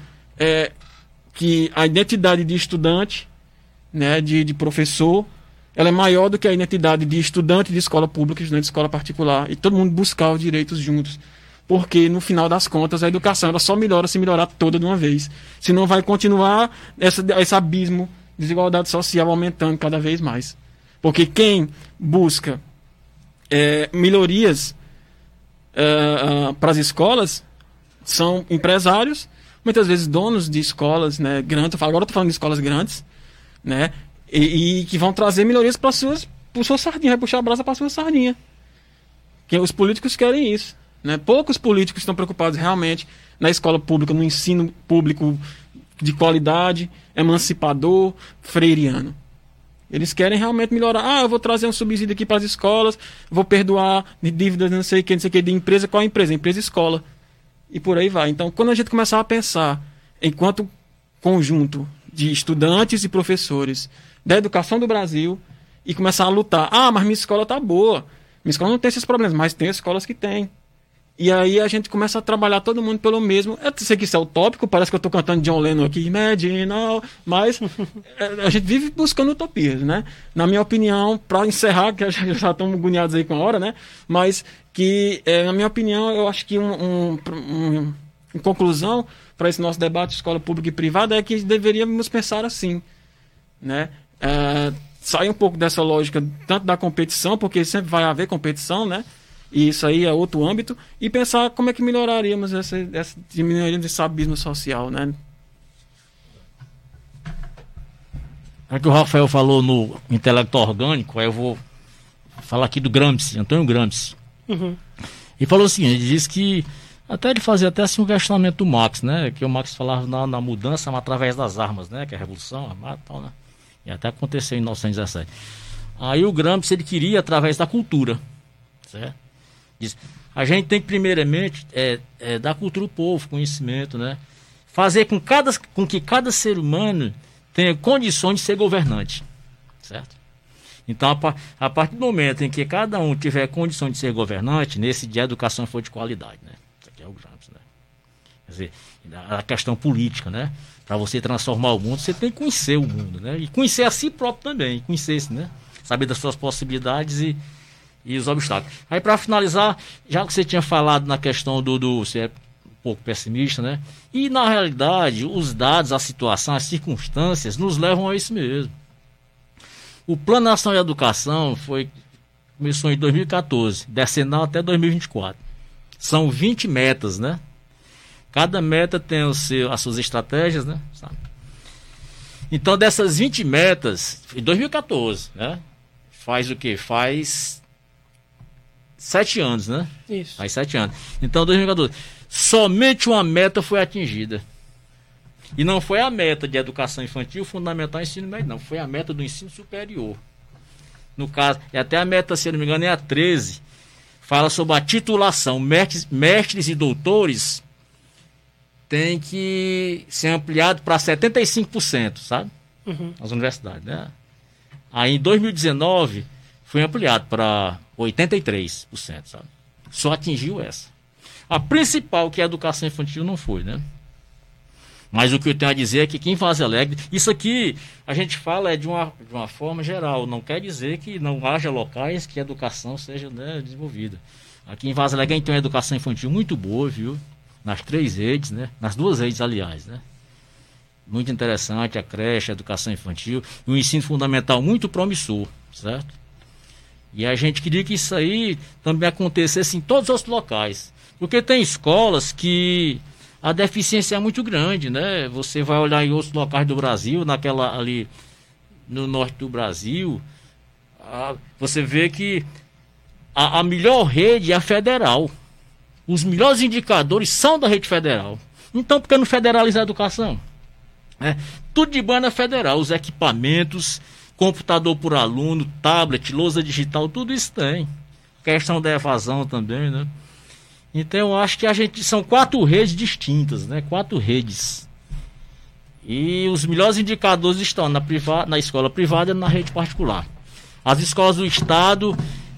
Speaker 4: que a identidade de estudante, né, de professor, ela é maior do que a identidade de estudante de escola pública e estudante de escola particular. E todo mundo buscar os direitos juntos. Porque, no final das contas, a educação ela só melhora se melhorar toda de uma vez. Senão vai continuar esse abismo de desigualdade social aumentando cada vez mais. Porque quem busca melhorias para as escolas são empresários, muitas vezes donos de escolas, né, grandes. Agora eu estou falando de escolas grandes, né, e que vão trazer melhorias para sua sardinha, vai puxar a brasa para a sua sardinha. Que os políticos querem isso. Né? Poucos políticos estão preocupados realmente na escola pública, no ensino público de qualidade, emancipador, freiriano. Eles querem realmente melhorar. Eu vou trazer um subsídio aqui para as escolas, vou perdoar de dívidas, não sei o que, de empresa. Qual é a empresa? Empresa escola. E por aí vai. Então, quando a gente começar a pensar enquanto conjunto de estudantes e professores da educação do Brasil e começar a lutar. Mas minha escola tá boa. Minha escola não tem esses problemas, mas tem escolas que tem. E aí a gente começa a trabalhar todo mundo pelo mesmo. Eu sei que isso é utópico, parece que eu estou cantando John Lennon aqui, Imagine, mas a gente vive buscando utopias, né? Na minha opinião, para encerrar, que já estamos agoniados aí com a hora, né? Mas que, na minha opinião, eu acho que em conclusão para esse nosso debate de escola pública e privada é que deveríamos pensar assim, né? Sair um pouco dessa lógica tanto da competição, porque sempre vai haver competição, né? E isso aí é outro âmbito, e pensar como é que melhoraríamos diminuiríamos esse abismo social, né?
Speaker 3: Já que o Rafael falou no intelecto orgânico, aí eu vou falar aqui do Gramsci, Antônio Gramsci.
Speaker 1: Uhum.
Speaker 3: E falou assim, ele disse que até ele fazia até assim um questionamento do Marx, né? Que o Marx falava na mudança através das armas, né? Que é a revolução armada e tal, né? E até aconteceu em 1917. Aí o Gramsci, ele queria através da cultura, certo? Diz, a gente tem que primeiramente dar cultura ao povo, conhecimento, né? Fazer com que cada ser humano tenha condições de ser governante, certo? Então, a partir do momento em que cada um tiver condição de ser governante, nesse dia a educação foi de qualidade, né? Isso aqui é o Gramsci, né? Quer dizer, a questão política, né? Para você transformar o mundo, você tem que conhecer o mundo, né? E conhecer a si próprio também, conhecer-se, né? Saber das suas possibilidades e os obstáculos. Aí, para finalizar, já que você tinha falado na questão você é um pouco pessimista, né? E, na realidade, os dados, a situação, as circunstâncias nos levam a isso mesmo. O Plano Nacional de Educação começou em 2014, decenal até 2024. São 20 metas, né? Cada meta tem as suas estratégias, né? Sabe? Então, dessas 20 metas, em 2014, né? Faz o quê? Faz 7 anos, né?
Speaker 1: Isso.
Speaker 3: Faz 7 anos. Então, 2014, somente uma meta foi atingida. E não foi a meta de educação infantil, fundamental e ensino médio, não. Foi a meta do ensino superior. No caso, e até a meta, se eu não me engano, é a 13. Fala sobre a titulação. Mestres e doutores tem que ser ampliado para 75%, sabe?
Speaker 1: Uhum.
Speaker 3: Nas universidades, né? Aí, em 2019, foi ampliado para 83%, sabe? Só atingiu essa. A principal, que é a educação infantil, não foi, né? Mas o que eu tenho a dizer é que aqui em Varzea Alegre, isso aqui a gente fala de uma forma geral, não quer dizer que não haja locais que a educação seja, né, desenvolvida. Aqui em Varzea Alegre a gente tem uma educação infantil muito boa, viu? Nas 3 redes, né? Nas 2 redes, aliás, né? Muito interessante, a creche, a educação infantil, e o ensino fundamental muito promissor, certo? E a gente queria que isso aí também acontecesse em todos os locais. Porque tem escolas que a deficiência é muito grande, né? Você vai olhar em outros locais do Brasil, naquela ali no norte do Brasil, você vê que a melhor rede é a federal. Os melhores indicadores são da rede federal. Então, por que não federalizar a educação? Tudo de banda federal, os equipamentos, computador por aluno, tablet, lousa digital, tudo isso tem. Questão da evasão também, né? Então eu acho que são 4 redes distintas, né? 4 redes. E os melhores indicadores estão na escola privada e na rede particular. As escolas do Estado,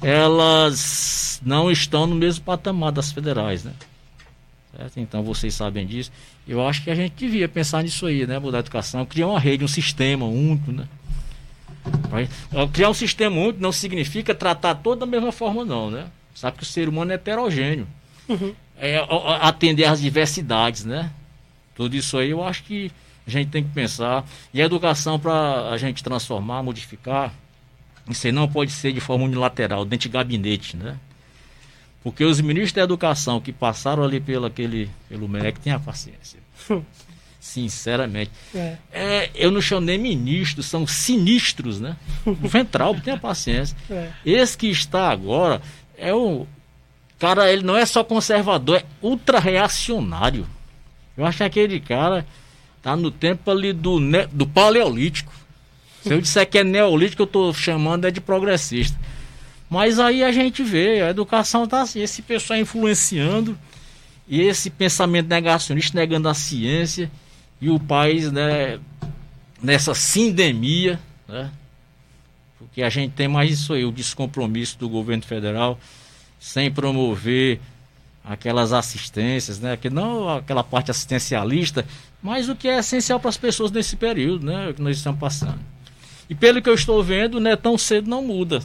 Speaker 3: elas não estão no mesmo patamar das federais, né? Certo? Então vocês sabem disso. Eu acho que a gente devia pensar nisso aí, né? Mudar a educação, criar uma rede, um sistema único, né? Criar um sistema único não significa tratar todos da mesma forma, não, né? Sabe que o ser humano é heterogêneo.
Speaker 1: Uhum.
Speaker 3: Atender às diversidades, né? Tudo isso aí eu acho que a gente tem que pensar. E a educação, para a gente transformar, modificar, isso aí não pode ser de forma unilateral, dentro de gabinete, né? Porque os ministros da educação que passaram ali pelo MEC têm a paciência. Sinceramente. Eu não chamo nem ministros, são sinistros, né? O Weintraub tem a paciência. Esse que está agora é o cara, ele não é só conservador, é ultra-reacionário. Eu acho que aquele cara tá no tempo ali do Paleolítico. Se eu disser que é neolítico, eu estou chamando de progressista. Mas aí a gente vê, a educação está assim, esse pessoal influenciando, e esse pensamento negacionista negando a ciência, e o país, né, nessa sindemia, né? Porque a gente tem mais isso aí, o descompromisso do governo federal, sem promover aquelas assistências, né? Que não aquela parte assistencialista, mas o que é essencial para as pessoas nesse período, né? Que nós estamos passando. E pelo que eu estou vendo, né, tão cedo não muda.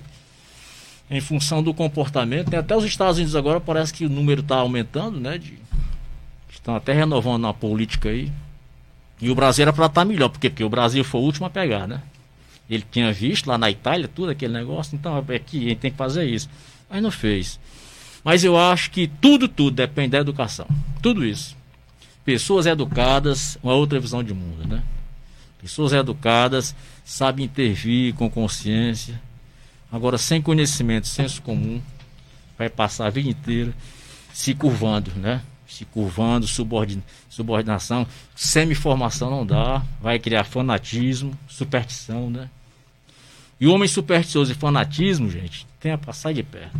Speaker 3: Em função do comportamento, né? Até os Estados Unidos agora parece que o número está aumentando, né? Estão até renovando a política aí. E o Brasil era para estar melhor, porque o Brasil foi o último a pegar, né? Ele tinha visto lá na Itália tudo aquele negócio, então aqui a gente tem que fazer isso. Mas não fez. Mas eu acho que tudo depende da educação. Tudo isso. Pessoas educadas, uma outra visão de mundo, né? Pessoas educadas sabem intervir com consciência. Agora, sem conhecimento, senso comum, vai passar a vida inteira se curvando, né? Se curvando, subordinação, semi-formação não dá, vai criar fanatismo, superstição, né? E o homem supersticioso e fanatismo, gente, tem a passar de perto.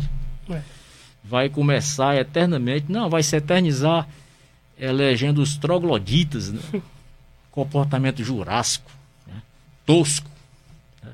Speaker 3: Vai começar eternamente, não, vai se eternizar elegendo os trogloditas, né? Comportamento jurássico, né? Tosco, né?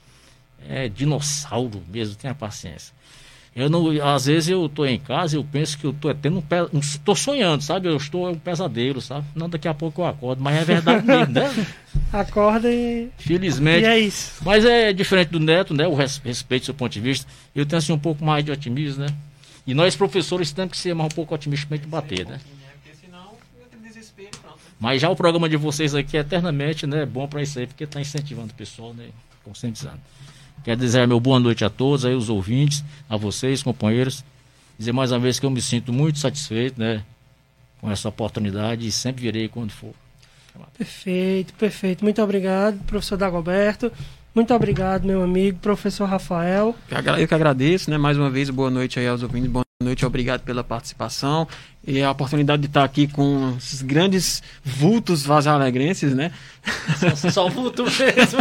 Speaker 3: É dinossauro mesmo, tenha paciência. Eu não, às vezes eu estou em casa, eu penso que eu estou tendo estou sonhando, sabe? Eu estou um pesadelo, sabe? Não, daqui a pouco eu acordo, mas é verdade mesmo, né?
Speaker 1: Acorda e...
Speaker 3: Felizmente.
Speaker 1: E é isso.
Speaker 3: Mas é diferente do Neto, né? O respeito do seu ponto de vista. Eu tenho assim um pouco mais de otimismo, né? E nós professores temos que ser mais um pouco otimistas para a gente bater, né?
Speaker 4: Porque senão entra desespero e pronto.
Speaker 3: Mas já o programa de vocês aqui é eternamente, né? Bom para isso aí, porque está incentivando o pessoal, né? Conscientizando. Quero dizer meu boa noite a todos, aí os ouvintes, a vocês, companheiros. Dizer mais uma vez que eu me sinto muito satisfeito, né, com essa oportunidade e sempre virei quando for.
Speaker 1: Perfeito, perfeito. Muito obrigado, professor Dagoberto. Muito obrigado, meu amigo, professor Rafael.
Speaker 4: Eu que agradeço, né? Mais uma vez, boa noite aí aos ouvintes. Boa noite, obrigado pela participação e a oportunidade de estar aqui com esses grandes vultos vazalegrenses, né?
Speaker 2: Só o vulto mesmo.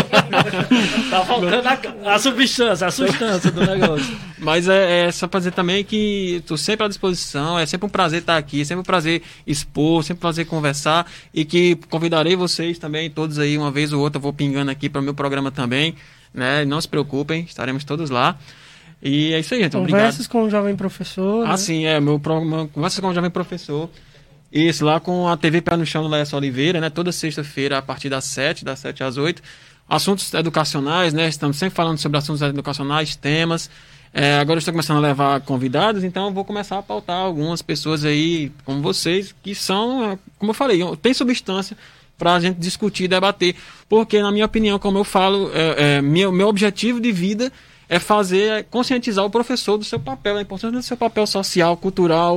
Speaker 2: Tá faltando a substância do negócio.
Speaker 4: Mas é só para dizer também que estou sempre à disposição, é sempre um prazer estar aqui, é sempre um prazer expor, sempre um prazer conversar e que convidarei vocês também, todos aí, uma vez ou outra, eu vou pingando aqui para o meu programa também, né? Não se preocupem, estaremos todos lá. E é isso aí, então,
Speaker 1: Conversas
Speaker 4: obrigado.
Speaker 1: com o Jovem Professor.
Speaker 4: Ah, sim, meu programa Conversas com o Jovem Professor. Isso, lá com a TV Pé no Chão do Laércio Oliveira, né? Toda sexta-feira, a partir das 7 às 8. Assuntos educacionais, né? Estamos sempre falando sobre assuntos educacionais, temas. Agora eu estou começando a levar convidados, então eu vou começar a pautar algumas pessoas aí, como vocês, que são, como eu falei, tem substância para a gente discutir e debater. Porque, na minha opinião, como eu falo, meu objetivo de vida é conscientizar o professor do seu papel, a importância do seu papel social, cultural,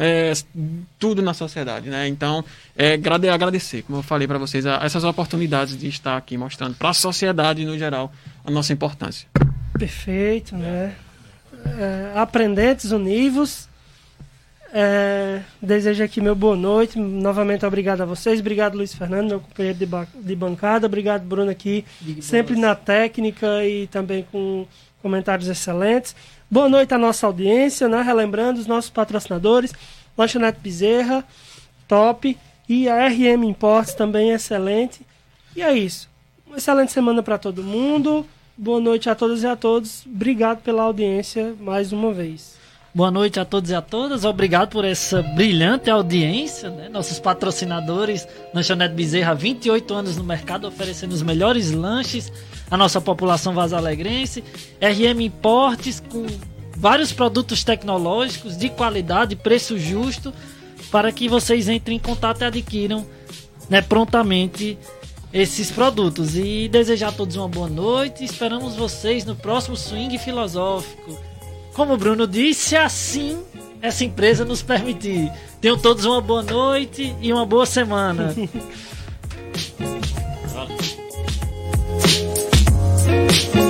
Speaker 4: tudo na sociedade, né? Então, agradecer, como eu falei para vocês, essas oportunidades de estar aqui mostrando para a sociedade, no geral, a nossa importância.
Speaker 1: Perfeito, né? Aprendentes univos. Desejo aqui meu boa noite. Novamente, obrigado a vocês. Obrigado, Luiz Fernando, meu companheiro de bancada. Obrigado, Bruno, aqui, sempre na técnica e também com comentários excelentes. Boa noite à nossa audiência, né? Relembrando os nossos patrocinadores, Lanchonete Bezerra, top, e a RM Imports também excelente. E é isso. Uma excelente semana para todo mundo. Boa noite a todas e a todos. Obrigado pela audiência mais uma vez.
Speaker 2: Boa noite a todos e a todas. Obrigado por essa brilhante audiência, né? Nossos patrocinadores, Lanchonete Bezerra, 28 anos no mercado, oferecendo os melhores lanches à nossa população vazalegrense. RM Importes, com vários produtos tecnológicos de qualidade, preço justo, para que vocês entrem em contato e adquiram, né, prontamente esses produtos. E desejar a todos uma boa noite. Esperamos vocês no próximo Swing Filosófico. Como o Bruno disse, assim essa empresa nos permitir. Tenham todos uma boa noite e uma boa semana.
Speaker 3: Valeu.